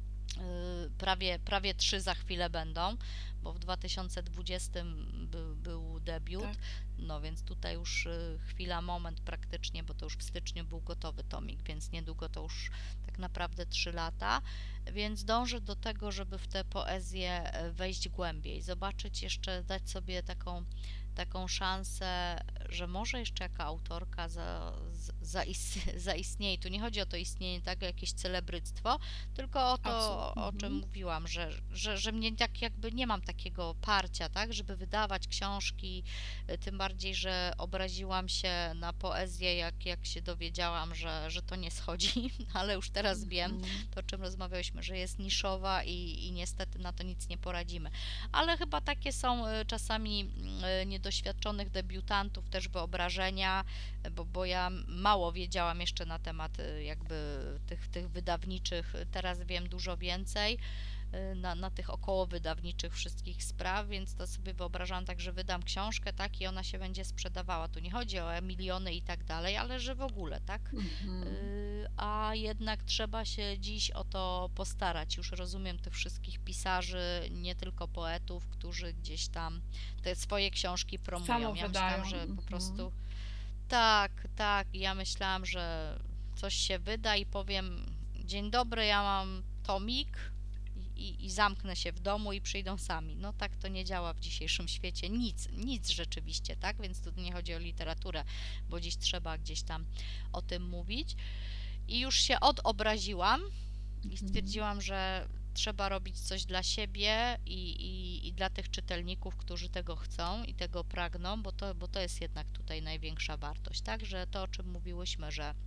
y, prawie, prawie trzy za chwilę będą, bo w dwa tysiące dwudziestym był, był debiut, Tak. no więc tutaj już y, chwila, moment praktycznie, bo to już w styczniu był gotowy tomik, więc niedługo to już tak naprawdę trzy lata, więc dążę do tego, żeby w tę poezję wejść głębiej, zobaczyć jeszcze, dać sobie taką taką szansę, że może jeszcze jako autorka za, za, zaistnieje. Tu nie chodzi o to istnienie, tak, jakieś celebryctwo, tylko o to, Absolutnie. o czym mówiłam, że, że, że mnie tak jakby nie mam takiego parcia, tak, żeby wydawać książki, tym bardziej, że obraziłam się na poezję, jak, jak się dowiedziałam, że, że to nie schodzi, ale już teraz wiem, to o czym rozmawialiśmy, że jest niszowa i, i niestety na to nic nie poradzimy. Ale chyba takie są czasami niedoświadczonych debiutantów też wyobrażenia, bo, bo ja mało wiedziałam jeszcze na temat jakby tych, tych wydawniczych, teraz wiem dużo więcej na, na tych około wydawniczych wszystkich spraw, więc to sobie wyobrażam tak, że wydam książkę, tak, i ona się będzie sprzedawała. Tu nie chodzi o miliony i tak dalej, ale że w ogóle, tak? Mhm. Y, a jednak trzeba się dziś o to postarać. Już rozumiem tych wszystkich pisarzy, nie tylko poetów, którzy gdzieś tam te swoje książki promują. Samo ja wydają. myślałam, że Mhm. po prostu tak, tak, ja myślałam, że coś się wyda i powiem, dzień dobry, ja mam tomik, I, i zamknę się w domu i przyjdą sami. No tak to nie działa w dzisiejszym świecie. Nic, nic rzeczywiście, tak? Więc tu nie chodzi o literaturę, bo dziś trzeba gdzieś tam o tym mówić. I już się odobraziłam i stwierdziłam, że trzeba robić coś dla siebie i, i, i dla tych czytelników, którzy tego chcą i tego pragną, bo to, bo to jest jednak tutaj największa wartość, tak? Że to, o czym mówiłyśmy, że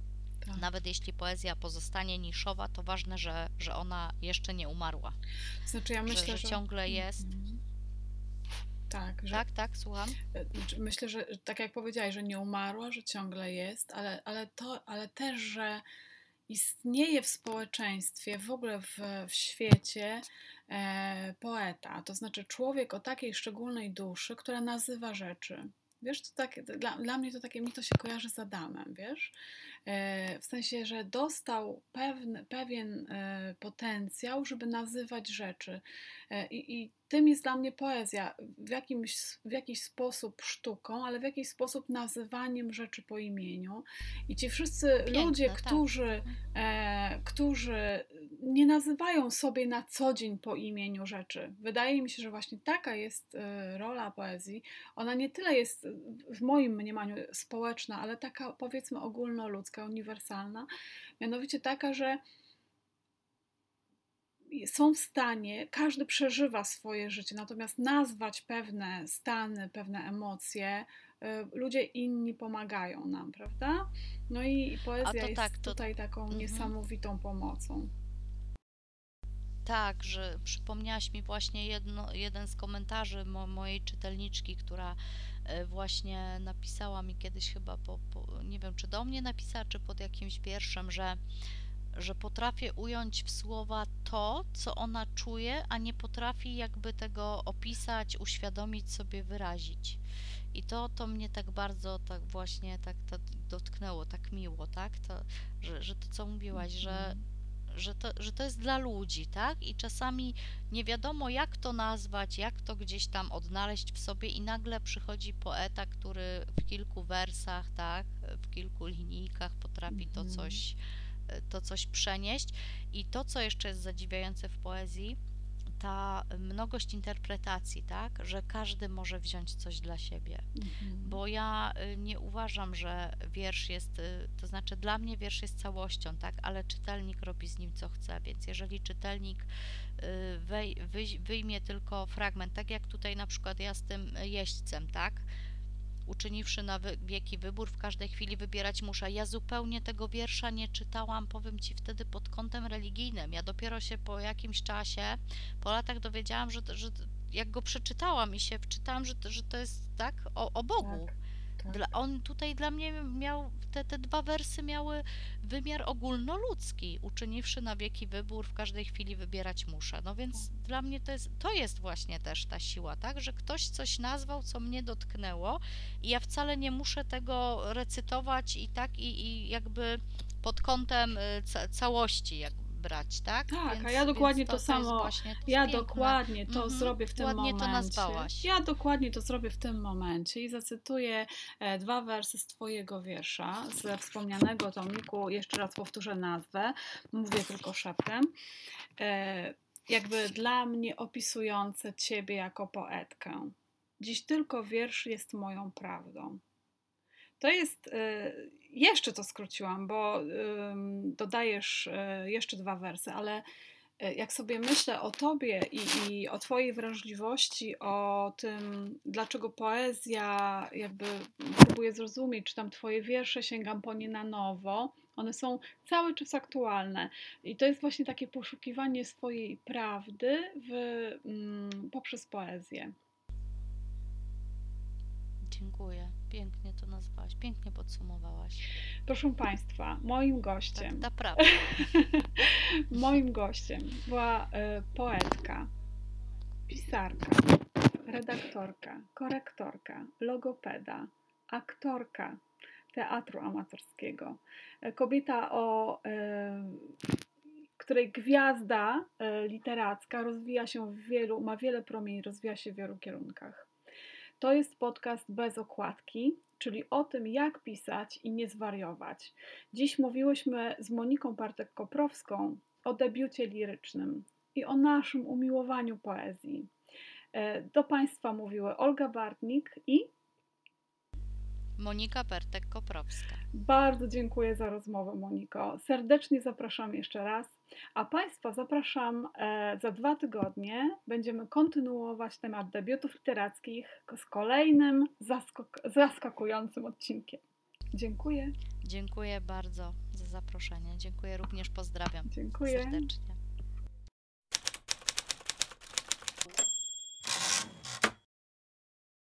Tak. Nawet jeśli poezja pozostanie niszowa, to ważne, że, że ona jeszcze nie umarła. Znaczy ja Że, myślę, że że... ciągle jest. Mhm. Tak, że Tak, tak, słucham. e, myślę, że tak jak powiedziałaś, że nie umarła, że ciągle jest, ale, ale, to, ale też, że istnieje w społeczeństwie, w ogóle w, w świecie e, poeta, to znaczy człowiek o takiej szczególnej duszy, która nazywa rzeczy. Wiesz, to tak, dla, dla mnie to takie, mi to się kojarzy z Adamem, wiesz? E, w sensie, że dostał pewny, pewien e, potencjał, żeby nazywać rzeczy. E, i, I tym jest dla mnie poezja. W, jakimś, w jakiś sposób sztuką, ale w jakiś sposób nazywaniem rzeczy po imieniu. I ci wszyscy ludzie, Piękne, tak. którzy, e, którzy nie nazywają sobie na co dzień po imieniu rzeczy. Wydaje mi się, że właśnie taka jest e, rola poezji. Ona nie tyle jest w moim mniemaniu społeczna, ale taka powiedzmy ogólnoludzka, uniwersalna. Mianowicie taka, że są w stanie, każdy przeżywa swoje życie, natomiast nazwać pewne stany, pewne emocje, y, ludzie inni pomagają nam, prawda? No i A poezja to tak, jest to tutaj taką mhm. niesamowitą pomocą. Tak, że przypomniałaś mi właśnie jedno, jeden z komentarzy mo, mojej czytelniczki, która e, właśnie napisała mi kiedyś chyba, po, po, nie wiem czy do mnie napisała, czy pod jakimś wierszem, że, że potrafię ująć w słowa to, co ona czuje, a nie potrafi jakby tego opisać, uświadomić sobie, wyrazić. I to, to mnie tak bardzo, tak właśnie tak, tak dotknęło, tak miło, tak? To, że, że to co mówiłaś, że Mhm. że to, że to jest dla ludzi, tak? I czasami nie wiadomo, jak to nazwać, jak to gdzieś tam odnaleźć w sobie, i nagle przychodzi poeta, który w kilku wersach, tak, w kilku linijkach potrafi to Mhm. coś, to coś przenieść. I to, co jeszcze jest zadziwiające w poezji, ta mnogość interpretacji, tak, że każdy może wziąć coś dla siebie. Mhm. Bo ja y, nie uważam, że wiersz jest, y, to znaczy dla mnie wiersz jest całością, tak, ale czytelnik robi z nim co chce, więc jeżeli czytelnik y, wej, wyj, wyjmie tylko fragment, tak jak tutaj na przykład ja z tym jeźdźcem, tak, uczyniwszy na wieki wybór, w każdej chwili wybierać muszę. Ja zupełnie tego wiersza nie czytałam, powiem Ci, wtedy pod kątem religijnym. Ja dopiero się po jakimś czasie, po latach dowiedziałam, że, że jak go przeczytałam i się wczytałam, że, że to jest tak o, o Bogu. Tak, Dla, tak. on tutaj dla mnie miał, te, te dwa wersy miały wymiar ogólnoludzki. Uczyniwszy na wieki wybór, w każdej chwili wybierać muszę. No więc dla mnie to jest, to jest właśnie też ta siła, tak? Że ktoś coś nazwał, co mnie dotknęło, i ja wcale nie muszę tego recytować i tak, i, i jakby pod kątem y, ca, całości jakby brać, tak? Tak, a ja Więc, więc dokładnie to to, to jest samo, właśnie, to jest ja piękne. dokładnie to Mhm, zrobię w tym ładnie to momencie. nazwałaś. Ja dokładnie to zrobię w tym momencie i zacytuję e, dwa wersy z Twojego wiersza, ze wspomnianego tomiku. Jeszcze raz powtórzę nazwę, mówię tylko szeptem. E, jakby dla mnie opisujące Ciebie jako poetkę. Dziś tylko wiersz jest moją prawdą. To jest, y, jeszcze to skróciłam, bo ym, dodajesz y, jeszcze dwa wersy, ale y, jak sobie myślę o tobie i, i o twojej wrażliwości, o tym, dlaczego poezja, jakby próbuję zrozumieć, czy tam twoje wiersze, sięgam po nie na nowo, one są cały czas aktualne. I to jest właśnie takie poszukiwanie swojej prawdy w, mm, poprzez poezję. Dziękuję. Pięknie to nazwałaś, pięknie podsumowałaś. Proszę Państwa, moim Tak gościem, naprawdę. moim gościem była e, poetka, pisarka, redaktorka, korektorka, logopeda, aktorka teatru amatorskiego. E, Kobieta, o e, której gwiazda e, literacka rozwija się w wielu, ma wiele promieni, rozwija się w wielu kierunkach. To jest podcast bez okładki, czyli o tym, jak pisać i nie zwariować. Dziś mówiłyśmy z Moniką Partek-Koprowską o debiucie lirycznym i o naszym umiłowaniu poezji. Do Państwa mówiły Olga Bartnik i Monika Pertek-Koprowska. bardzo dziękuję za rozmowę, Moniko. Serdecznie zapraszam jeszcze raz, a Państwa zapraszam za dwa tygodnie. Będziemy kontynuować temat debiutów literackich z kolejnym zaskok- zaskakującym odcinkiem. Dziękuję. Dziękuję bardzo za zaproszenie. Dziękuję również, pozdrawiam Dziękuję. serdecznie.